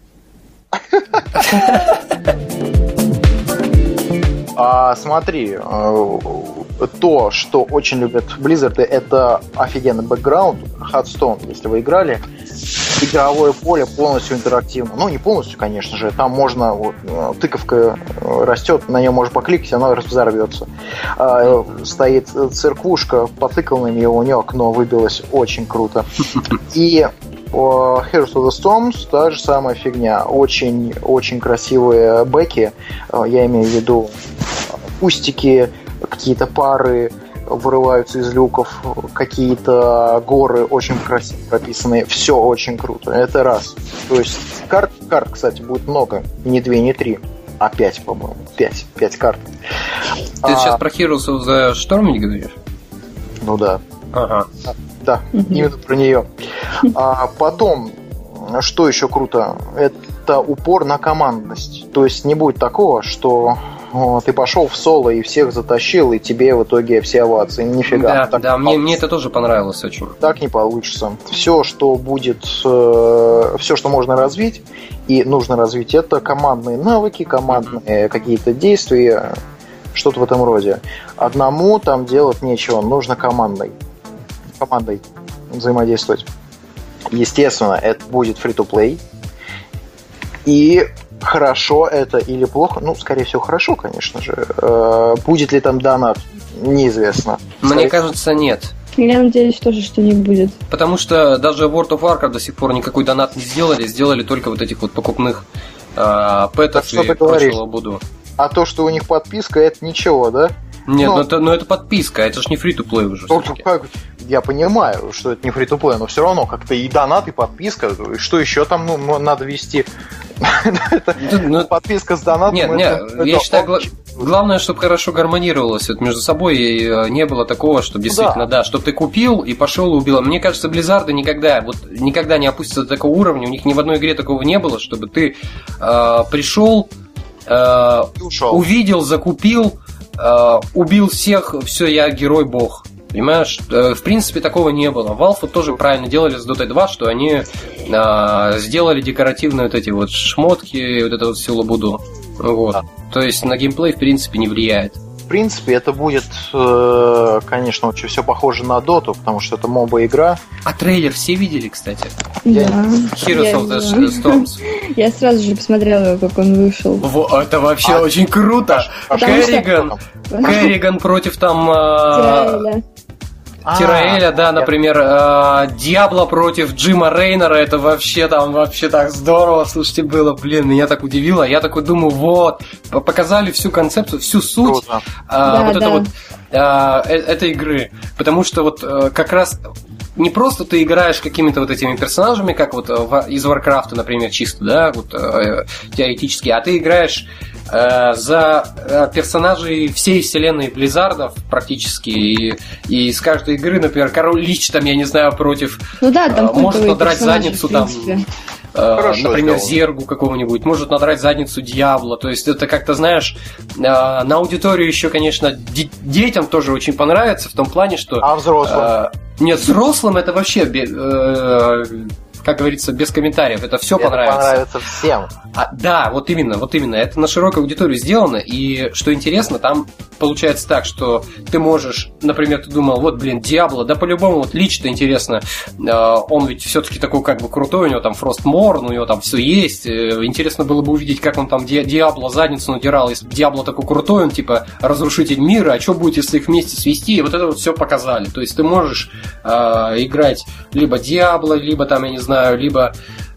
B: А, смотри, э, то, что очень любят Blizzard, это офигенный бэкграунд. Hearthstone, если вы играли, игровое поле полностью интерактивно. Ну, не полностью, конечно же. Там можно, вот, тыковка растет, на нее можно покликать, она взорвется. А, стоит церквушка, потыкал на нее, у нее окно выбилось. Очень круто. И по Heroes of the Storm та же самая фигня. Очень, очень красивые бэки. Я имею в виду кустики, какие-то пары вырываются из люков, какие-то горы очень красиво прописанные. Все очень круто. Это раз. То есть карт, карт, кстати, будет много. Не две, не три, а пять, по-моему. Пять. Пять карт.
A: Ты
B: а,
A: сейчас про Heroes of the Storm не говоришь?
B: Ну да.
A: Ага.
B: Да,
C: Мгм.
B: именно про нее. А потом, что еще круто, это упор на командность. То есть не будет такого, что о, ты пошел в соло и всех затащил, и тебе в итоге все овации. Нифига.
A: Да,
B: так
A: да,
B: не
A: мне,
B: получится.
A: мне это тоже понравилось очень.
B: Так не получится. Все, что будет, э, все, что можно развить и нужно развить, это командные навыки, командные какие-то действия, что-то в этом роде. Одному там делать нечего, нужно командой. командой взаимодействовать. Естественно, это будет free-to-play. И хорошо это или плохо, ну, скорее всего, хорошо, конечно же. Э, будет ли там донат, неизвестно.
A: Мне
B: Скорее-
A: кажется, нет.
C: Я надеюсь тоже, что не будет.
A: Потому что даже World of Warcraft до сих пор никакой донат не сделали, сделали только вот этих вот покупных э, пэтов
B: Так что
A: и
B: ты говоришь?
A: прочего буду.
B: А то, что у них подписка, это ничего, да?
A: Нет,
B: Ну-
A: ну, это, ну это подписка, это ж не фри-то-плей уже.
B: Ну,
A: всё-таки.
B: как, я понимаю, что это не фри-то-плей, но все равно как-то и донат, и подписка. И что еще там ну, ну, надо вести? Это
A: Ну,
B: подписка с донатом.
A: Нет,
B: это-
A: нет,
B: это
A: я считаю, гла-
B: очень-
A: главное, чтобы хорошо гармонировалось вот между собой, и э, не было такого, чтобы действительно, да, чтобы ты купил и пошел и убил. Мне кажется, Blizzard никогда, вот никогда не опустятся до такого уровня, у них ни в одной игре такого не было, чтобы ты э, пришел, э,
B: И ушел.
A: увидел, закупил, э, убил всех, все, я герой бог. Понимаешь, Э, в принципе, такого не было. Valve вот тоже правильно делали с Dota два, что они э, сделали декоративные вот эти вот шмотки, вот это вот всю лабуду. Вот.
B: Да.
A: То есть на геймплей, в принципе, не влияет.
B: принципе, это будет, э, конечно, очень все похоже на Доту, потому что это моба-игра.
A: А трейлер все видели, кстати?
C: Да.
A: Heroes of the Storms.
C: Я сразу же посмотрела, как он вышел.
A: Во, это вообще а, очень круто. А Керриган, что... Керриган против там...
C: Тираэля.
A: Тираэля, да, например, Диабло против Джима Рейнера, это вообще там, вообще так здорово, слушайте, было, блин, меня так удивило, я такой думаю, вот, показали всю концепцию, всю суть а, да, вот, да. Это вот, а, этой игры, потому что вот как раз не просто ты играешь какими-то вот этими персонажами, как вот из Warcraft, например, чисто, да, вот теоретически, а ты играешь за персонажей всей вселенной Близзардов практически, и, и из каждой игры, например, Король Лич, там, я не знаю, против,
C: ну да, там
A: может надрать задницу, там,
B: Хорошо
A: например,
B: сделано.
A: Зергу какого-нибудь, может надрать задницу Диабло, то есть это как-то, знаешь, на аудиторию еще, конечно, детям тоже очень понравится, в том плане, что...
B: А взрослым?
A: Нет, взрослым это вообще... как говорится, без комментариев. Это все
B: это
A: понравится.
B: понравится всем.
A: А, да, вот именно, вот именно. Это на широкую аудиторию сделано. И что интересно, там получается так, что ты можешь, например, ты думал, вот, блин, Диабло, да по-любому, вот Лич-то интересно, он ведь все-таки такой как бы крутой, у него там Фростморн, у него там все есть. Интересно было бы увидеть, как он там Диабло задницу надирал. Если Диабло такой крутой, он типа разрушитель мира, а что будет, если их вместе свести? И вот это вот все показали. То есть ты можешь э, играть либо Диабло, либо там, я не знаю, либо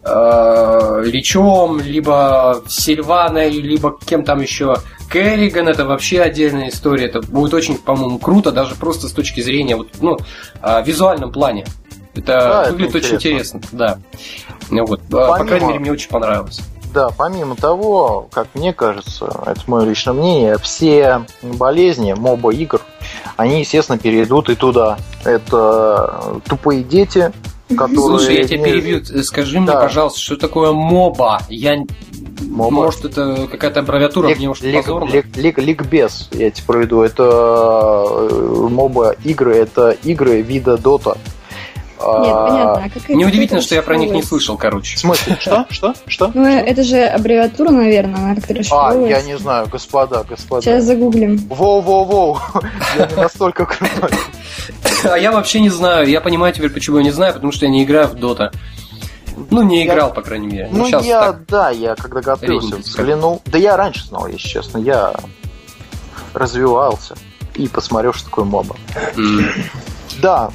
A: э, Личом, либо Сильваной, либо кем там еще. Керриган — это вообще отдельная история. Это будет очень, по-моему, круто, даже просто с точки зрения вот, ну, э, визуальном плане. Это
B: да,
A: выглядит
B: это
A: очень интересно. Да. Вот.
B: Помимо...
A: По крайней мере, мне очень понравилось.
B: Да, помимо того, как мне кажется, это мое личное мнение, все болезни моба-игр, они, естественно, перейдут и туда. Это тупые дети, которые...
A: Слушай, я тебя перебью. Скажи да. мне, пожалуйста, что такое моба? Я...
B: моба.
A: Может, это какая-то аббревиатура,
B: лик,
A: мне может
B: лик,
A: позорно?
B: Лик, лик, ликбез, я тебе проведу. Это моба-игры, это игры вида Дота.
C: Нет, понятно. А как
A: неудивительно, что я про них не слышал, короче.
B: В смысле? Что? Что? Что?
C: Ну, это же аббревиатура, наверное, она как-то расшифровывается.
B: А, я не знаю, господа, господа.
C: Сейчас загуглим.
B: Воу-воу-воу, я не настолько крутой.
A: А я вообще не знаю. Я понимаю теперь, почему я не знаю, потому что я не играю в Дота. Ну, не играл, я... по крайней мере.
B: Ну, ну я, так... да, я когда готовился, взглянул. Да я раньше знал, если честно. Я развивался и посмотрел, что такое моба. Mm. Да.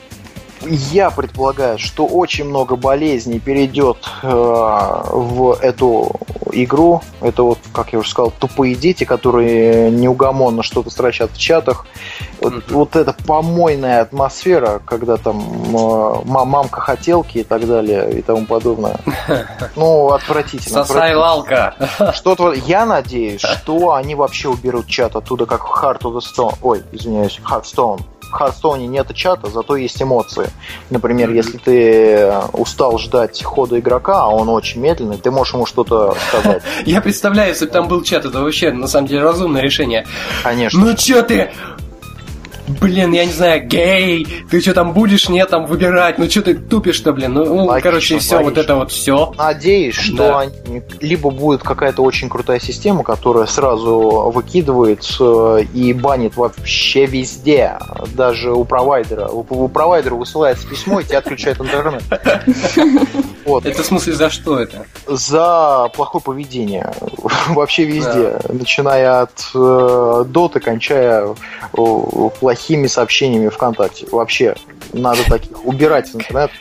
B: Я предполагаю, что очень много болезней перейдет э, в эту игру. Это вот, как я уже сказал, тупые дети, которые неугомонно что-то строчат в чатах. Вот, mm-hmm. вот эта помойная атмосфера, когда там э, мамка хотелки и так далее и тому подобное. Ну, отвратительно.
A: Сосай лалка.
B: Что-то. Я надеюсь, что они вообще уберут чат оттуда, как в Heart of the Stone. Ой, извиняюсь, Hearthstone. В Hearthstone нет чата, зато есть эмоции. Например, mm-hmm. если ты устал ждать хода игрока, а он очень медленный, ты можешь ему что-то сказать.
A: Я представляю, если бы там был чат, это вообще, на самом деле, разумное решение.
B: Конечно.
A: Ну чё ты... Блин, я не знаю, гей, ты что там будешь, нет, там выбирать, ну что ты тупишь-то, блин, ну, логично, короче, все, логично. Вот это вот все.
B: Надеюсь, что да. они, либо будет какая-то очень крутая система, которая сразу выкидывает э, и банит вообще везде, даже у провайдера. У, у провайдера высылается письмо, и тебя отключают интернет.
A: Это в смысле за что это?
B: За плохое поведение. Вообще везде. Начиная от доты, кончая плохими сообщениями ВКонтакте. Вообще, надо таких убирать из интернета.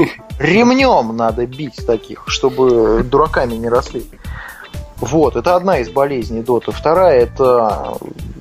B: Ремнем надо бить таких, чтобы дураками не росли. Вот, это одна из болезней доты. Вторая, это,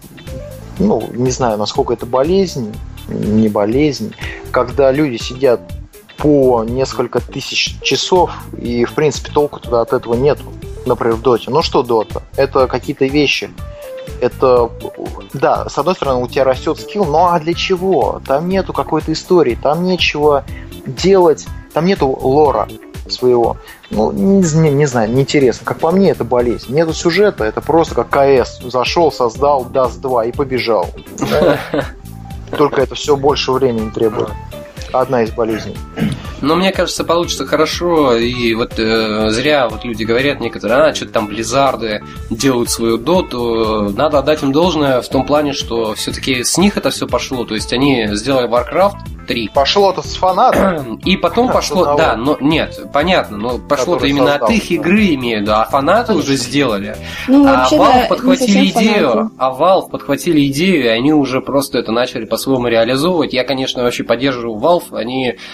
B: ну, не знаю, насколько это болезнь, не болезнь, когда люди сидят по несколько тысяч часов, и, в принципе, толку туда от этого нету, например, в доте. Ну что дота? Это какие-то вещи. Это, да, с одной стороны, у тебя растет скилл, но а для чего? Там нету какой-то истории, там нечего делать, там нету лора своего. Ну, не, не, не знаю, неинтересно. Как по мне, это болезнь. Нету сюжета, это просто как КС. Зашел, создал даст два и побежал. Только это все больше времени требует. одна из болезней.
A: Но мне кажется, получится хорошо, и вот э, зря вот люди говорят некоторые, а, что-то там Близзарды делают свою доту, надо отдать им должное в том плане, что все-таки с них это все пошло, то есть они сделали Warcraft три.
B: Пошло-то с фанатов.
A: И потом а, пошло, да, но нет, понятно, но пошло-то именно от их игры, имею в виду, а фанаты уже сделали.
C: Ну,
A: а
C: вообще,
A: Valve
C: да,
A: подхватили идею,
C: фанаты.
A: а Valve подхватили идею, и они уже просто это начали по-своему реализовывать. Я, конечно, вообще поддерживаю Valve, они э,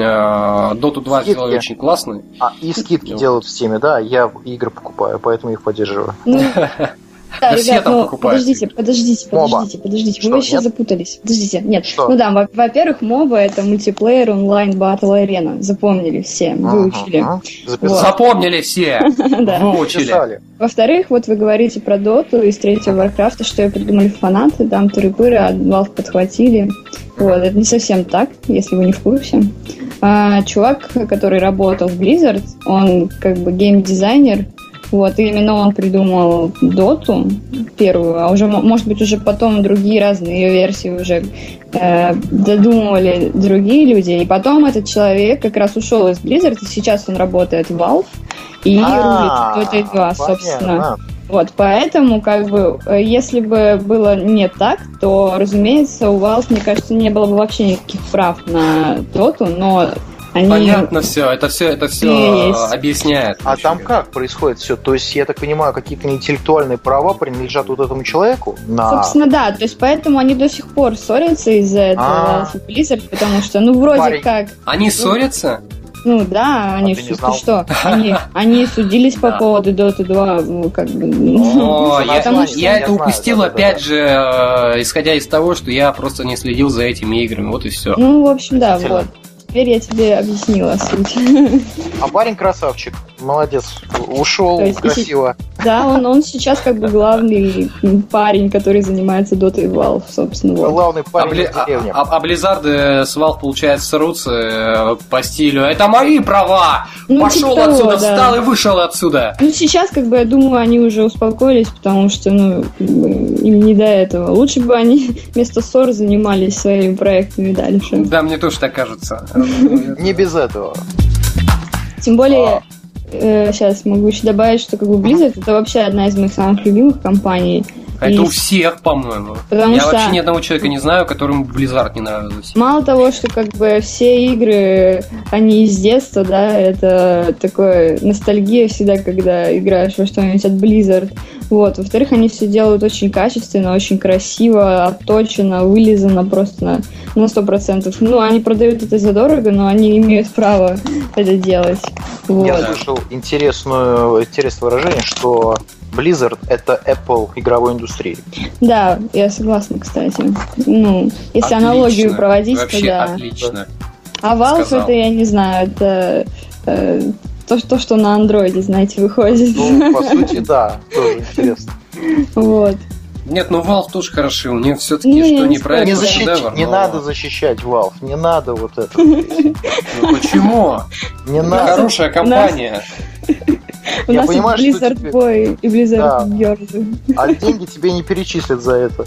A: Dota два
B: скидки.
A: сделали очень классные.
B: А, и скидки ну. делают в Steam, да, я игры покупаю, поэтому их поддерживаю.
C: Ну, да,
A: Да
C: ребят,
A: все там
C: ну,
A: покупают.
C: подождите, подождите,
B: Моба.
C: подождите, подождите,
B: Что,
C: вы вообще
B: нет?
C: запутались. Подождите, нет.
B: Что?
C: Ну да, во- во-первых, моба это мультиплеер онлайн батл арена. Запомнили все, выучили.
B: Ага, записали.
A: Запомнили все,
C: Да.
A: выучили.
B: Записали.
C: Во-вторых, вот вы говорите про доту из третьего Варкрафта, что ее придумали фанаты, там тыры-пыры, а Valve подхватили. Вот, это не совсем так, если вы не в курсе. А, чувак, который работал в Blizzard, он как бы геймдизайнер. Вот, и именно он придумал доту первую, а уже, может быть, уже потом другие разные ее версии уже э, додумывали другие люди. И потом этот человек как раз ушел из Blizzard, и сейчас он работает в Valve и
B: А,
C: рулит Dota два, собственно.
B: понятно.
C: Вот, поэтому, как бы, э, если бы было не так, то, разумеется, у Valve, мне кажется, не было бы вообще никаких прав на доту, но они...
A: Понятно все, это все, это все
C: Есть.
A: объясняет.
B: А там как происходит все? То есть, я так понимаю, какие-то интеллектуальные права принадлежат вот этому человеку? На...
C: Собственно, да, то есть поэтому они до сих пор ссорятся из-за этого
B: А.
C: Valve и Blizzard, потому что, ну, вроде
B: Парень.
C: как,
A: Они ссорятся?
C: ну, да, они,
B: ты не
C: ты
B: знал?
C: что, они, они судились по
A: Да.
C: поводу Dota два, ну, как бы, ну,
A: О, я,
C: потому что-
A: я
B: Я
A: это
B: знаю,
A: упустил,
B: да, да,
A: опять
B: да.
A: же, э, исходя из того, что я просто не следил за этими играми, вот и все.
C: ну, в общем, да,
B: Действительно.
C: вот. Теперь я тебе объяснила суть.
B: А парень красавчик, молодец, ушел
C: То есть,
B: красиво.
C: Да, он, он сейчас как бы главный парень, который занимается Dota и Valve, собственно. Вот.
B: Главный
A: А,
B: парень
A: бли-
B: в деревне.
A: а- а Близзарды с Valve, получается, срутся э, по стилю «это мои права!
C: Ну,
A: Пошел
C: типа того,
A: отсюда,
C: да.
A: встал и вышел отсюда!»
C: Ну, сейчас, как бы, я думаю, они уже успокоились, потому что, ну, как бы, им не до этого. Лучше бы они вместо ссор занимались своими проектами дальше.
A: Да, мне тоже так кажется.
B: Не без этого.
C: Тем более,
A: А.
C: э, сейчас могу еще добавить, что как бы Blizzard это вообще одна из моих самых любимых компаний.
A: Это
C: И
A: у всех, по-моему.
C: Потому
A: Я
C: что-
A: вообще ни одного человека не знаю, которому Blizzard не нравился.
C: Мало того, что как бы все игры, они из детства, да, это такое ностальгия всегда, когда играешь во что-нибудь от Blizzard. Вот. Во-вторых, они все делают очень качественно, очень красиво, отточено, вылизано просто на, на сто процентов. Ну, они продают это задорого, но они имеют право это делать. Вот.
B: Я слышал интересную, интересное выражение, что Blizzard — это Apple игровой индустрии.
C: Да, я согласна, кстати. Ну, если
A: Отлично.
C: аналогию проводить,
A: Вообще
C: то да.
A: отлично.
C: А Valve
A: сказал.
C: это, я не знаю, это э, то, что, что на андроиде, знаете, выходит.
B: Ну, по сути, да, тоже интересно.
C: Вот.
A: Нет, ну Valve тоже хороши. Мне все-таки
C: Ну, я
A: что
C: не
A: не проект,
B: Не,
C: спорю,
A: что
C: да.
B: защищ-
A: шедевр,
B: не
A: но-
B: надо защищать Valve, не надо вот это.
A: Ну, почему?
B: Не
C: Ну,
B: надо.
A: Хорошая компания.
C: У
B: Я
C: нас
B: понимаю,
C: есть
B: что
C: Blizzard
B: тебе-
C: Boy и Blizzard
B: Да.
C: Girl.
B: А деньги тебе не перечислят за это.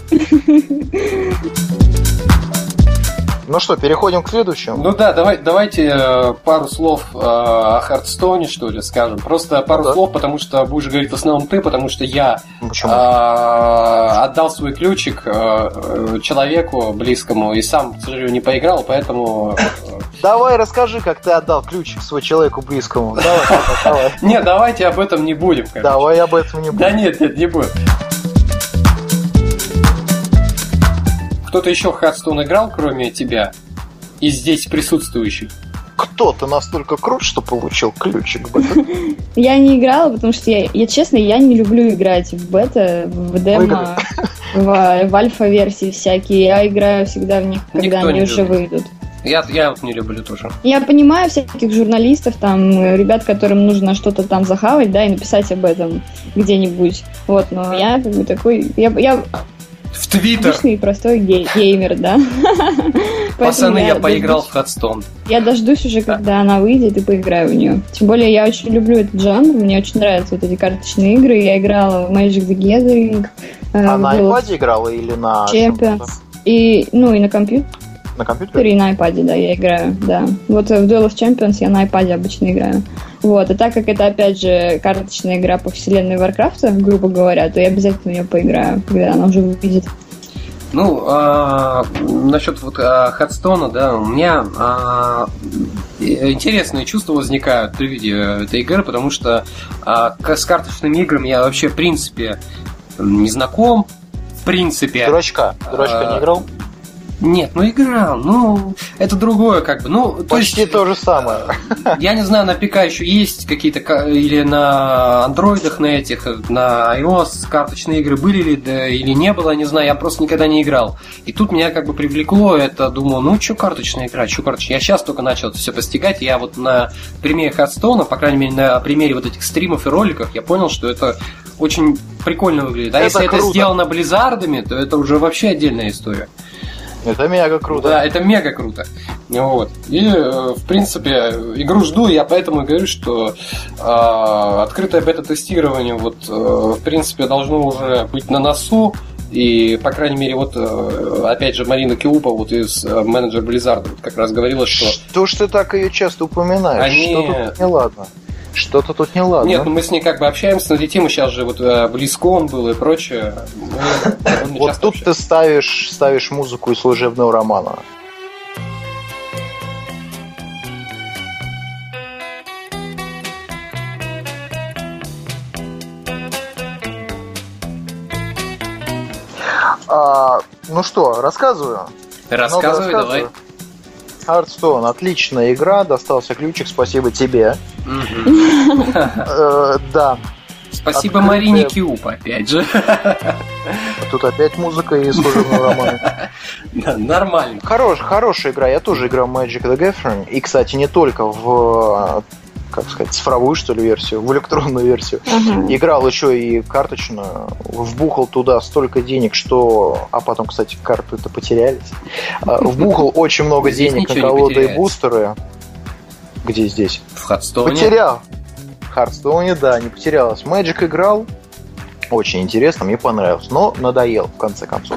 B: Ну что, переходим к следующему.
A: Ну да, давай, давайте э, пару слов э, о Хардстоуне, что ли, скажем. Просто пару
B: Ну да.
A: слов, потому что будешь говорить в основном ты, потому что я
B: Почему?
A: э, отдал свой ключик э, э, человеку близкому и сам, к сожалению, не поиграл, поэтому... э,
B: Давай расскажи, как ты отдал ключик свой человеку близкому. Давай, давай, давай.
A: Нет, давайте об этом не будем, короче.
B: Давай об этом не
A: Да
B: будем.
A: нет, нет, не будем. Кто-то еще в Хардстоун играл, кроме тебя? Из здесь присутствующих?
B: Кто-то настолько крут, что получил ключик. блин.
C: Я не играла, потому что я, я честно, я не люблю играть в бета, в демо, в, в альфа-версии всякие. Я играю всегда в них, когда
A: Никто
C: они
A: не
C: уже
A: любит.
C: выйдут.
A: Я, я вот не люблю тоже.
C: Я понимаю всяких журналистов, там, э, ребят, которым нужно что-то там захавать, да, и написать об этом где-нибудь. Вот, но я как бы такой... Я, я
A: В Твиттер!
C: обычный и простой гей- геймер, да. Поэтому
A: Пацаны, я
C: дождусь-
A: поиграл в Хардстоун.
C: Я дождусь уже, когда она выйдет, и поиграю в нее. Тем более, я очень люблю этот жанр, мне очень нравятся вот эти карточные игры. Я играла в Magic the Gathering. э,
B: А на
C: в
B: iPad играла или на...
C: Champions. И, ну, и на компьютере.
B: На компьютере?
C: И на iPad, да, я играю, да. Вот в Duel of Champions я на iPad обычно играю. Вот, и так как это, опять же, карточная игра по вселенной Warcraft, грубо говоря, то я обязательно в нее поиграю, когда она уже выйдет.
A: Ну, а, насчет вот Хардстоуна, да, у меня а, интересные чувства возникают при виде этой игры, потому что а, с карточными играми я вообще, в принципе, не знаком. В принципе.
B: Дурачка. Дурачка а, не играл?
A: Нет, ну играл, ну это другое как бы, ну
B: почти
A: то, есть,
B: то же самое.
A: Я не знаю, на ПК еще есть какие-то или на андроидах на этих, на iOS карточные игры были ли да, или не было, не знаю, я просто никогда не играл. И тут меня как бы привлекло это, думаю, ну что карточная игра, что карточная. Я сейчас только начал это все постигать, я вот на примере Хардстоуна, по крайней мере на примере вот этих стримов и роликов, я понял, что это очень прикольно выглядит. А это если круто. Это сделано Близзардами, то это уже вообще отдельная история.
B: Это мега круто.
A: Да, это мега круто. Вот. И, в принципе, игру жду, я поэтому и говорю, что э, открытое бета-тестирование, вот, э, в принципе, должно уже быть на носу. И, по крайней мере, вот, э, опять же, Марина Киупа, вот из э, менеджер Blizzard, вот, как раз говорила, что...
B: Что ж ты так ее часто упоминаешь?
A: Они...
B: Что тут неладно? Что-то тут не ладно.
A: Нет, ну мы с ней как бы общаемся на эти темы, сейчас же вот BlizzCon был и прочее.
B: Вот тут ты ставишь, ставишь музыку из служебного романа. А, ну что, рассказываю?
A: Рассказывай, давай.
B: Hearthstone, отличная игра, достался ключик, спасибо тебе. Да.
A: Спасибо Марине Киупа, опять же.
B: Тут опять музыка из служебного романа.
A: Нормально.
B: Хорошая игра, я тоже играл в Magic the Gathering. И, кстати, не только в, как сказать, цифровую, что ли, версию, в электронную версию. Uh-huh. Играл еще и карточную, вбухал туда столько денег, что... А потом, кстати, карты-то потерялись. Вбухал очень много денег на колоды и бустеры. Где здесь?
A: В Хардстоуне.
B: Потерял. В Хардстоуне, да, не потерялась. Magic играл. Очень интересно, мне понравилось. Но надоел, в конце концов.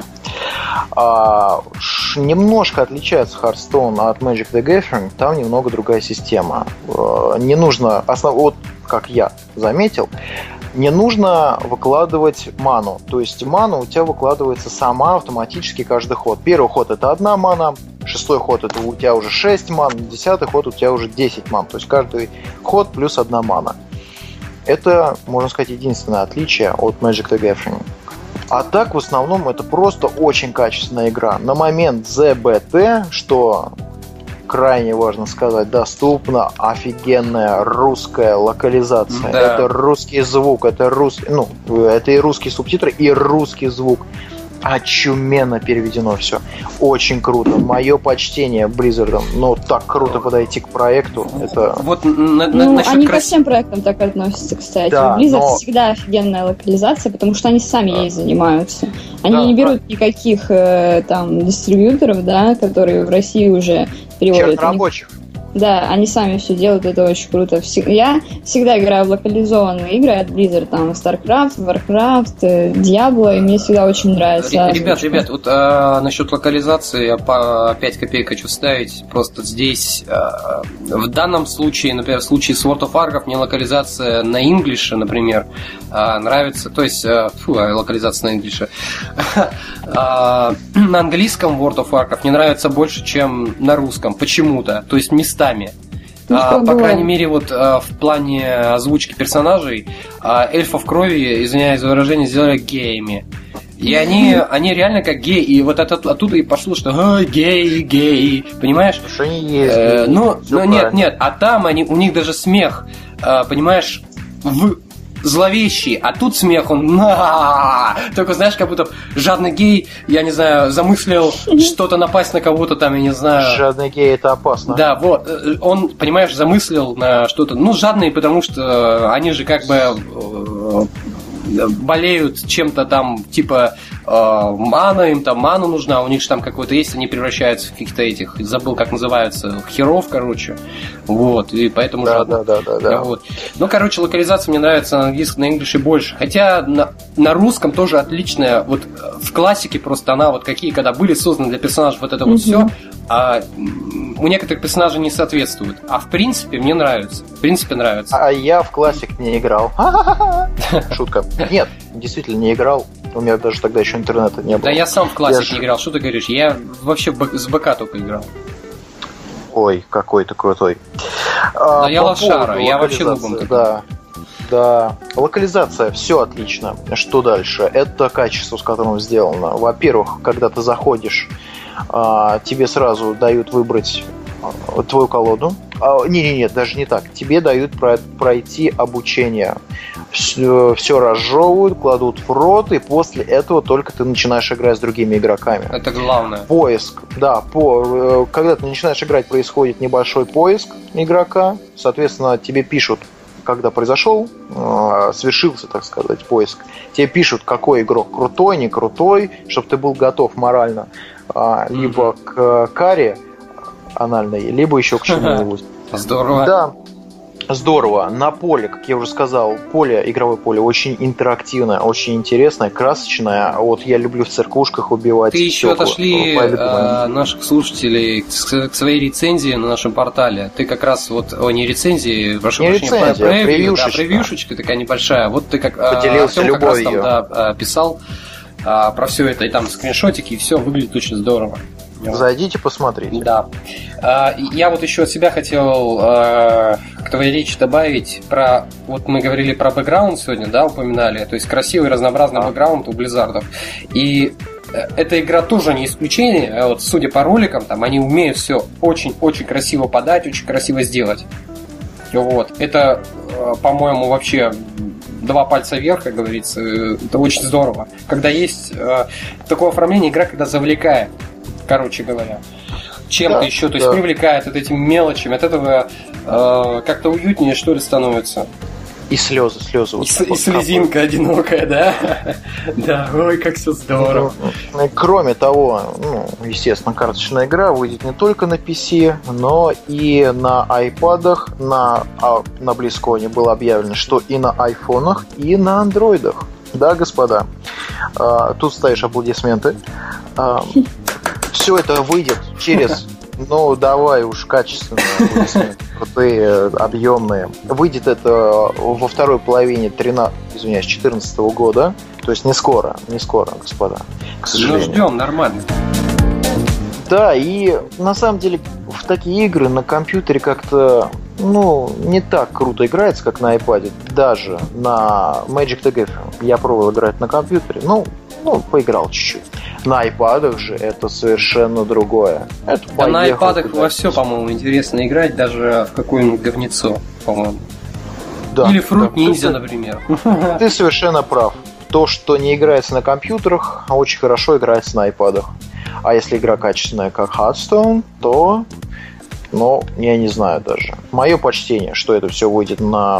B: А, ш, немножко отличается Hearthstone от Magic the Gathering. Там немного другая система. А, не нужно, основ... вот как я заметил, не нужно выкладывать ману. То есть мана у тебя выкладывается сама автоматически каждый ход. Первый ход это одна мана, шестой ход это у тебя уже шесть ман, десятый ход у тебя уже десять ман. То есть каждый ход плюс одна мана. Это, можно сказать, единственное отличие от Magic the Gathering. А так, в основном, это просто очень качественная игра. На момент зэ бэ тэ, что крайне важно сказать, доступна офигенная русская локализация. Да. Это русский звук, это русский, ну, это и русские субтитры, и русский звук. Очуменно переведено все. Очень круто. Мое почтение Blizzard. Ну, так круто подойти к проекту. Это...
A: Вот, на, на,
C: ну, они крас... ко всем проектам так относятся, кстати. Да, Blizzard но... всегда офигенная локализация, потому что они сами да. ей занимаются. Они да, не берут да. никаких э, там дистрибьюторов, да, которые в России уже переводят.
B: Чернорабочих.
C: Да, они сами все делают, это очень круто. Я всегда играю в локализованные игры от Blizzard, там StarCraft, Warcraft, Diablo, и мне всегда очень нравится.
A: Ребят, ребят, вот а, насчет локализации я по пять копеек хочу вставить. Просто здесь а, в данном случае, например, в случае с World of Warcraft, мне локализация на English, например, а, нравится. То есть, а, фу, локализация на English. а, на английском World of Warcraft мне нравится больше, чем на русском. Почему-то. То есть местами. А, по крайней мере, вот а, в плане озвучки персонажей а, эльфов крови, извиняюсь за выражение, сделали геями. И они, они реально как геи. И вот от, оттуда и пошло, что а, геи, геи. Понимаешь?
B: Что они есть.
A: Э, ну, ну нет, нет. А там они, у них даже смех, а, понимаешь, в... зловещий, а тут смех, он на только, знаешь, как будто жадный гей, я не знаю, замыслил что-то напасть на кого-то там, я не знаю.
B: Жадный гей, это опасно.
A: Да, вот, он, понимаешь, замыслил на что-то, ну, жадные, потому что они же как бы болеют чем-то там, типа э, мана, им там ману нужна, у них же там какой-то есть, они превращаются в каких-то этих, забыл, как называются, херов, короче, вот, и поэтому
B: да,
A: же...
B: Да, да, да, да.
A: Вот. Ну, короче, локализация мне нравится на английском, на инглише больше, хотя на, на русском тоже отличная, вот в классике просто она, вот какие, когда были созданы для персонажей вот это вот mm-hmm. все, а у некоторых персонажей не соответствуют. А в принципе мне нравится. В принципе нравится.
B: А я в классик не играл. Шутка. Нет, действительно не играл. У меня даже тогда еще интернета не было.
A: Да я сам в классик не играл. Что ты говоришь? Я вообще с БК только играл.
B: Ой, какой ты крутой.
A: Да а, я лошара, я вообще нубом.
B: Да, да. Локализация, все отлично. Что дальше? Это качество, с которым сделано. Во-первых, когда ты заходишь, тебе сразу дают выбрать твою колоду. Не-не-не, даже не так. Тебе дают пройти обучение. Все, все разжевывают, кладут в рот, и после этого только ты начинаешь играть с другими игроками.
A: Это главное.
B: Поиск. Да, по, когда ты начинаешь играть, происходит небольшой поиск игрока. Соответственно, тебе пишут, когда произошел, э, свершился, так сказать, поиск. Тебе пишут, какой игрок крутой, не крутой, чтобы ты был готов морально э, либо к каре анальной, либо еще к чему-нибудь.
A: Здорово.
B: Да, здорово. На поле, как я уже сказал, поле, игровое поле очень интерактивное, очень интересное, красочное. Вот я люблю в церквушках убивать.
A: Ты еще отошли э, наших слушателей к своей рецензии на нашем портале. Ты как раз вот, о, не рецензии, прошу
B: не
A: прощения,
B: рецензия,
A: превью,
B: превьюшечка.
A: Да, превьюшечка такая небольшая. Вот ты как
B: поделился
A: Артём
B: любовью.
A: Как раз там, да, писал а, про все это, и там скриншотики, и все выглядит очень здорово.
B: Зайдите, посмотрите.
A: Да. Я вот еще от себя хотел к твоей речи добавить про... Вот мы говорили про бэкграунд сегодня, да, упоминали. То есть красивый, разнообразный а. бэкграунд у Близзардов. И эта игра тоже не исключение. Вот, судя по роликам, там они умеют все очень-очень красиво подать, очень красиво сделать. Вот. Это, по-моему, вообще... Два пальца вверх, как говорится, это очень здорово. Когда есть э, такое оформление, игра когда завлекает, короче говоря. Чем-то да, еще, то есть да. привлекает от этими мелочами, от этого э, как-то уютнее, что ли, становится.
B: И слезы, слезы. Вот
A: и, и слезинка одинокая, да? Да, ой, как все здорово.
B: Кроме того, ну, естественно, карточная игра выйдет не только на пи си, но и на айпадах, на, а, на BlizzCon было объявлено, что и на айфонах, и на андроидах. Да, господа. А, тут ставишь аплодисменты. А, все это выйдет через... Ну, давай уж качественные, крутые, объемные. Выйдет это во второй половине тринадцатого, извиняюсь, четырнадцатого года. То есть не скоро, не скоро, господа, к сожалению.
A: Ну, ждем, нормально.
B: Да, и на самом деле в такие игры на компьютере как-то, ну, не так круто играется, как на iPad. Даже на Magic the Gathering я пробовал играть на компьютере, ну, ну, поиграл чуть-чуть. На айпадах же это совершенно другое. Это
A: да на айпадах во все, по-моему, интересно играть, даже в какое-нибудь говнецо, по-моему. Да, или Fruit да, Ninja, ты, например.
B: Ты совершенно прав. То, что не играется на компьютерах, очень хорошо играется на айпадах. А если игра качественная, как Hearthstone, то, ну, я не знаю даже. Мое почтение, что это все выйдет на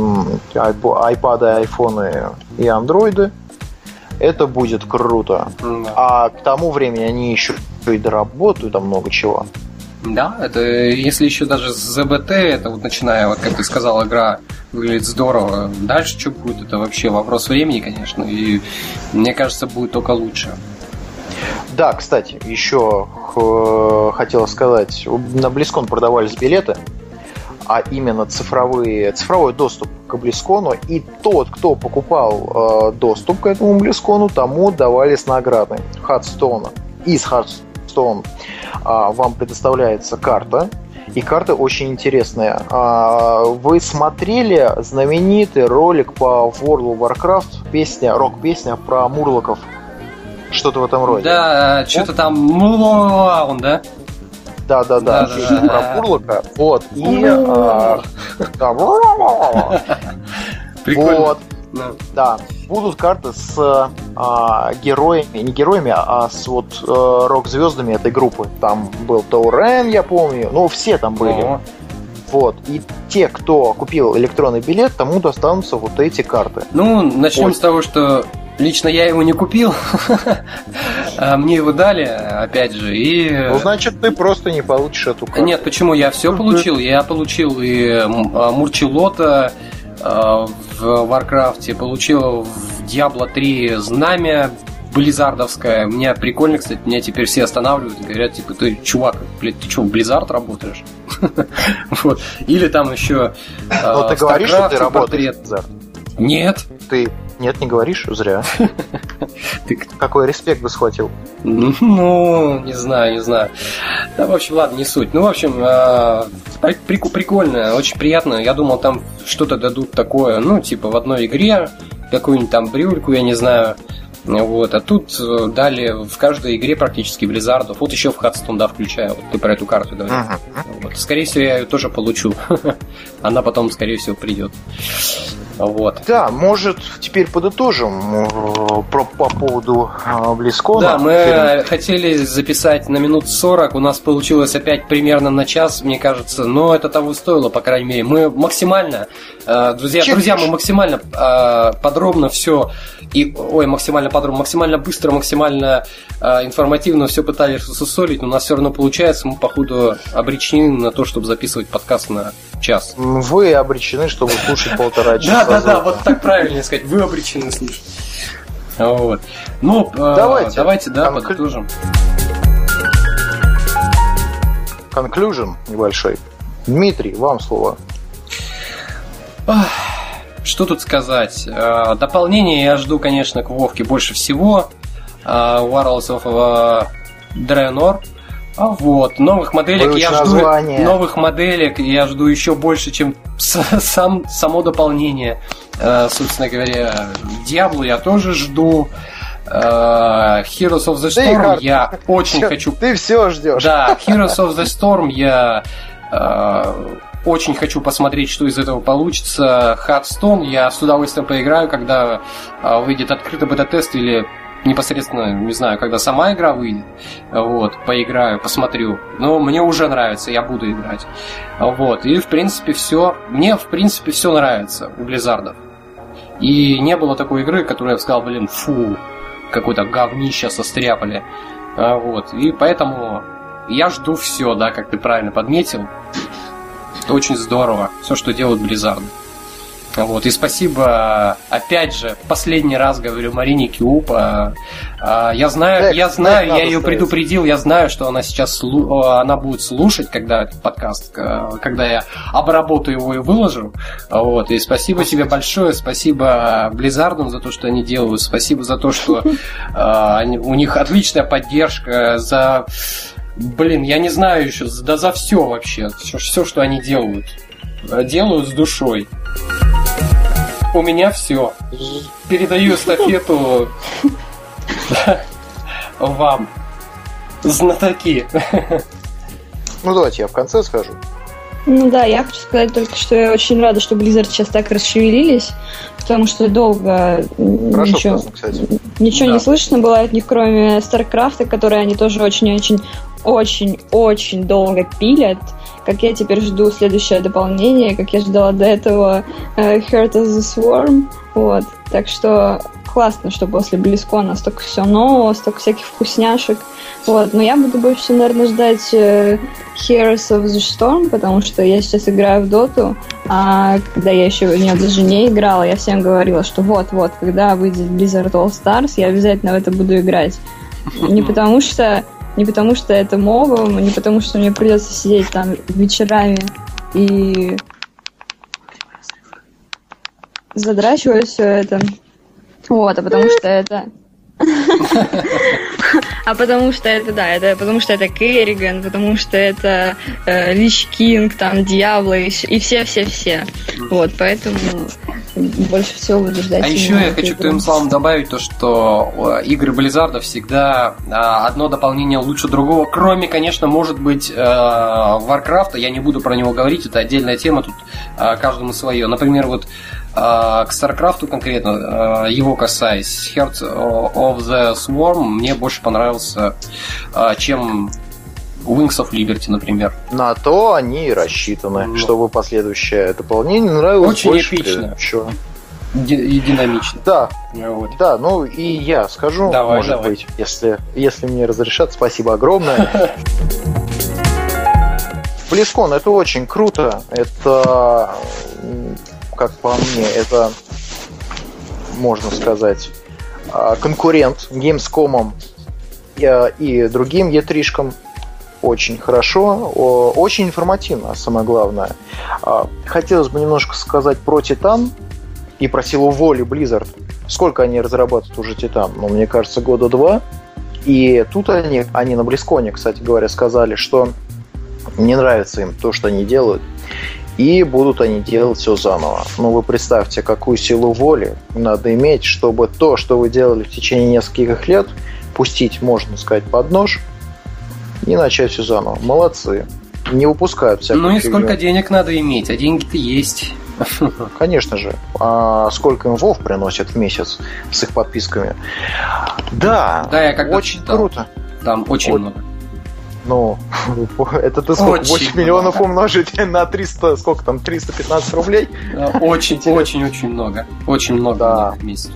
B: айпады, айфоны и андроиды. Это будет круто. Да. А к тому времени они еще и доработают там много чего.
A: Да, это если еще даже с зэ бэ тэ, это вот начиная, вот как ты сказал, игра выглядит здорово. Дальше что будет, это вообще вопрос времени, конечно. И мне кажется, будет только лучше.
B: Да, кстати, еще х- хотела сказать, на BlizzCon продавались билеты, а именно цифровые, цифровой доступ к BlizzCon, и тот, кто покупал э, доступ к этому BlizzCon, тому давались награды Hearthstone. Из Hearthstone э, вам предоставляется карта, и карта очень интересная. Э, вы смотрели знаменитый ролик по World of Warcraft, песня, рок-песня про мурлоков? Что-то в этом роде.
A: Да, что-то там Мулон, да?
B: Да, да, да, про Мурлока. Вот. И а, да, вот. Да. Будут карты с а, героями, не героями, а с вот а, рок-звездами этой группы. Там был Таурен, я помню. Ну, все там были. О. Вот. И те, кто купил электронный билет, тому достанутся вот эти карты.
A: Ну, начнем Ой. с того, что лично я его не купил, а мне его дали, опять же, и...
B: Ну, значит, ты просто не получишь эту карту.
A: Нет, почему? Я все получил. Я получил и Мурчелота в Варкрафте, получил в Диабло три знамя близзардовская. Мне прикольно, кстати, меня теперь все останавливают и говорят, типа, ты, чувак, блядь, ты что, в Blizzard работаешь? Вот. Или там еще
B: Но ты говоришь, что ты работаешь в Blizzard?
A: Нет.
B: Ты нет, не говоришь? Зря.
A: Ты...
B: Какой респект бы схватил?
A: Ну, не знаю, не знаю. Да, в общем, ладно, не суть. Ну, в общем, прик- прикольно, очень приятно. Я думал, там что-то дадут такое, ну, типа в одной игре, какую-нибудь там брюльку, я не знаю. Вот, а тут дали в каждой игре практически Blizzard'ов. Вот еще в Hearthstone, да, включаю. Вот ты про эту карту говорил. Uh-huh. Вот. Скорее всего, я ее тоже получу. Она потом, скорее всего, придет. Вот.
B: Да, может, теперь подытожим про, по поводу BlizzCon.
A: Да, мы хотели записать на минут сорок, у нас получилось опять примерно на час, мне кажется, но это того стоило, по крайней мере. Мы максимально, друзья, Чуть-чуть. друзья, мы максимально подробно все, и, ой, максимально подробно, максимально быстро, максимально информативно все пытались сосолить, но у нас все равно получается, мы, походу, обречены на то, чтобы записывать подкаст на час.
B: Вы обречены, чтобы слушать полтора часа.
A: Да, да, да, вот так правильно сказать. Вы обречены слушать. Вот. Ну, давайте, э, давайте да, Конк... подытожим.
B: Conclusion небольшой. Дмитрий, вам слово.
A: Что тут сказать? Дополнение я жду, конечно, к Вовке больше всего. Warlords of Draenor. А вот, новых моделек я жду, название. новых моделек я жду еще больше, чем сам, само дополнение. Э, собственно говоря, Диаблу я тоже жду. Э, Heroes of the Storm ты, я очень
B: все,
A: хочу.
B: Ты все ждешь.
A: Да, Heroes of the Storm я э, очень хочу посмотреть, что из этого получится. Hearthstone я с удовольствием поиграю, когда э, выйдет открытый бета-тест или непосредственно, не знаю, когда сама игра выйдет, вот, поиграю, посмотрю. Но мне уже нравится, я буду играть. Вот, и в принципе все, мне в принципе все нравится у Blizzard'ов. И не было такой игры, которую я бы сказал, блин, фу, какое-то говнище состряпали. Вот, и поэтому я жду все, да, как ты правильно подметил. Это очень здорово, все, что делают Blizzard. Вот, и спасибо, опять же, последний раз говорю Марине Кьюб. Я знаю, так, я знаю, я ее предупредил, я знаю, что она сейчас она будет слушать, когда этот подкаст, когда я обработаю его и выложу. Вот, и спасибо тебе большое, спасибо Blizzard'ам за то, что они делают, спасибо за то, что у них отличная поддержка, за, блин, я не знаю еще, да за все вообще, все, все, что они делают, делают с душой. У меня все. Передаю эстафету вам, знатоки.
B: Ну, давайте я в конце скажу.
C: Ну да, я хочу сказать только, что я очень рада, что Blizzard сейчас так расшевелились, потому что долго Хорошо, ничего, классно, ничего да. не слышно было от них, кроме StarCraft, который они тоже очень-очень-очень-очень долго пилят. Как я теперь жду следующее дополнение, как я ждала до этого uh, Heart of the Swarm. Вот. Так что классно, что после BlizzCon столько всего нового, столько всяких вкусняшек. Вот. Но я буду больше всего, наверное, ждать uh, Heroes of the Storm, потому что я сейчас играю в Доту, а когда я еще в нее даже не играла, я всем говорила, что вот-вот, когда выйдет Blizzard All Stars, я обязательно в это буду играть. Не потому что Не потому что это моба, не потому что мне придется сидеть там вечерами и задрачивать все это. Вот, а потому что это... А потому что это, да, это потому что это Керриган, потому что это э, Лич Кинг, там, Диабло и, и все-все-все. Вот, поэтому больше всего буду ждать.
A: А еще я хочу к твоим словам добавить то, что игры Blizzard всегда одно дополнение лучше другого, кроме, конечно, может быть, Warcraft, я не буду про него говорить, это отдельная тема, тут каждому свое. Например, вот к StarCraft конкретно, его касаясь, Heart of the Swarm мне больше понравился, чем Wings of Liberty, например.
B: На то они и рассчитаны, ну. чтобы последующее дополнение нравилось
A: очень
B: больше.
A: Очень эпично. И динамично.
B: Да, вот. Да, ну и я скажу,
A: давай,
B: может
A: давай.
B: быть, если, если мне разрешат, спасибо огромное. BlizzCon это очень круто, это, как по мне, это, можно сказать, конкурент Gamescom и другим и три-шкам. Очень хорошо, очень информативно, самое главное. Хотелось бы немножко сказать про Титан и про силу воли Blizzard. Сколько они разрабатывают уже Титан? Ну, мне кажется, года два. И тут они, они на Близконе, кстати говоря, сказали, что не нравится им то, что они делают, и будут они делать все заново. Ну, вы представьте, какую силу воли надо иметь, чтобы то, что вы делали в течение нескольких лет, пустить, можно сказать, под нож и начать все заново. Молодцы. Не выпускают всякую
A: Ну и
B: фигню.
A: сколько денег надо иметь, а деньги-то есть.
B: Конечно же. А сколько им WoW приносят в месяц с их подписками? Да,
A: Да, я когда
B: очень
A: читал.
B: круто.
A: Там очень
B: Вот.
A: много.
B: Ну, это ты сколько?
A: Очень
B: восемь
A: много.
B: миллионов умножить на триста, сколько там, триста пятнадцать рублей?
A: Очень-очень-очень много. Очень много
B: Да.
A: в месяц.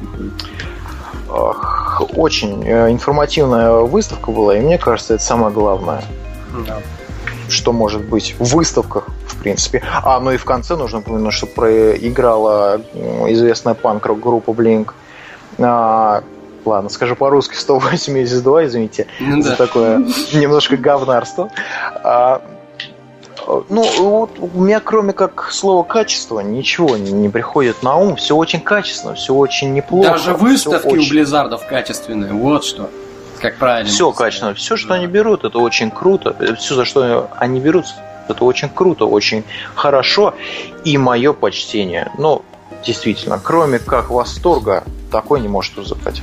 B: Ах, очень э, информативная выставка была, и мне кажется, это самое главное,
A: Да.
B: что может быть в выставках, в принципе. А, ну и в конце нужно упомянуть, что проиграла м, известная панк-рок группа Blink. А, ладно, скажу по-русски, сто восемьдесят два, извините,
A: Ну
B: за
A: да.
B: такое немножко говнарство. А, ну, вот у меня, кроме как слова качество, ничего не, не приходит на ум. Все очень качественно, все очень неплохо.
A: Даже выставки
B: всё очень...
A: у Близзардов качественные. Вот что. Как правильно.
B: Все качественно. Все, что они берут, это очень круто. Все, за что они берут, это очень круто, очень хорошо. И мое почтение. Ну, действительно, кроме как восторга, такой не может вызывать.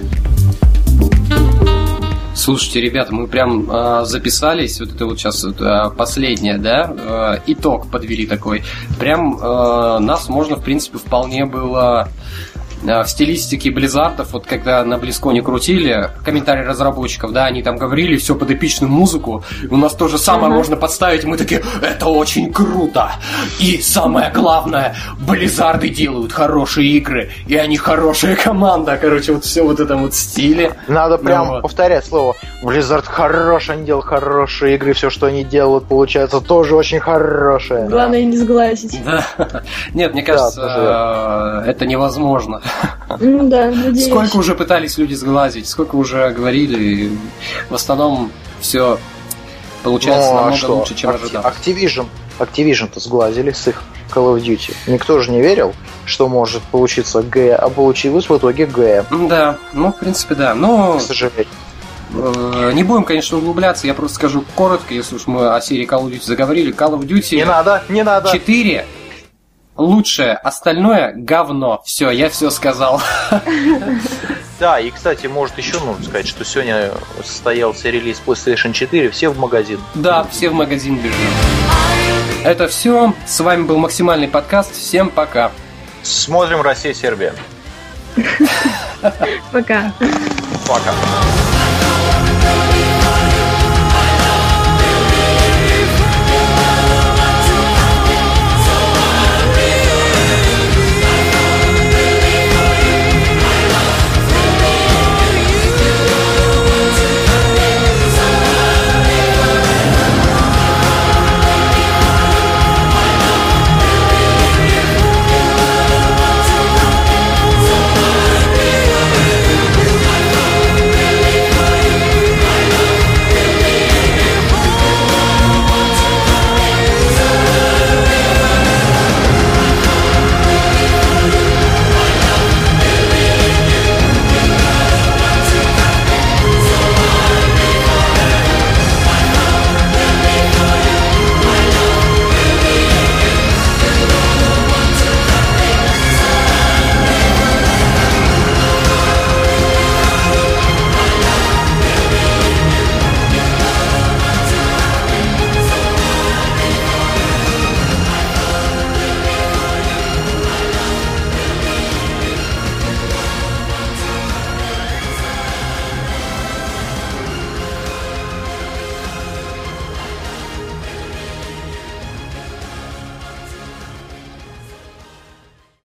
A: Слушайте, ребята, мы прям э, записались, вот это вот сейчас вот, э, последнее, да, э, итог подвели такой. Прям э, нас можно, в принципе, вполне было э, в стилистике Близзардов, вот когда на Близконе крутили комментарии разработчиков, да, они там говорили все под эпичную музыку, у нас то же самое uh-huh. можно подставить, и мы такие, это очень круто, и самое главное, Близзарды делают хорошие игры, и они хорошая команда, короче, вот все вот в этом вот стиле.
B: Надо прям
A: Ну вот.
B: повторять слово. Blizzard хорош, они делают хорошие игры, все, что они делают, получается тоже очень хорошее.
C: Главное не сглазить.
A: Да. Нет, мне кажется,
B: Да,
A: э, это невозможно.
C: Ну да, надеюсь.
A: Сколько уже пытались люди сглазить, сколько уже говорили, и в основном все получается
B: Ну, а
A: намного
B: что?
A: лучше, чем
B: Acti-
A: ожидал.
B: Activision, Activision-то сглазили с их Call of Duty. Никто же не верил, что может получиться Г, а получилось в итоге Г,
A: Да, ну, в принципе, да. Но
B: к сожалению.
A: э, не будем, конечно, углубляться. Я просто скажу коротко, если уж мы о серии Call of Duty заговорили. Call of Duty
B: Не надо, не надо.
A: четыре лучшее, остальное говно. Все, я все сказал.
B: Да, и, кстати, может еще нужно сказать, что сегодня состоялся релиз PlayStation четыре, все в магазин.
A: Да, все в магазин бежим. Это все. С вами был Максимальный подкаст. Всем пока.
B: Смотрим Россия-Сербия.
C: Пока.
B: Пока.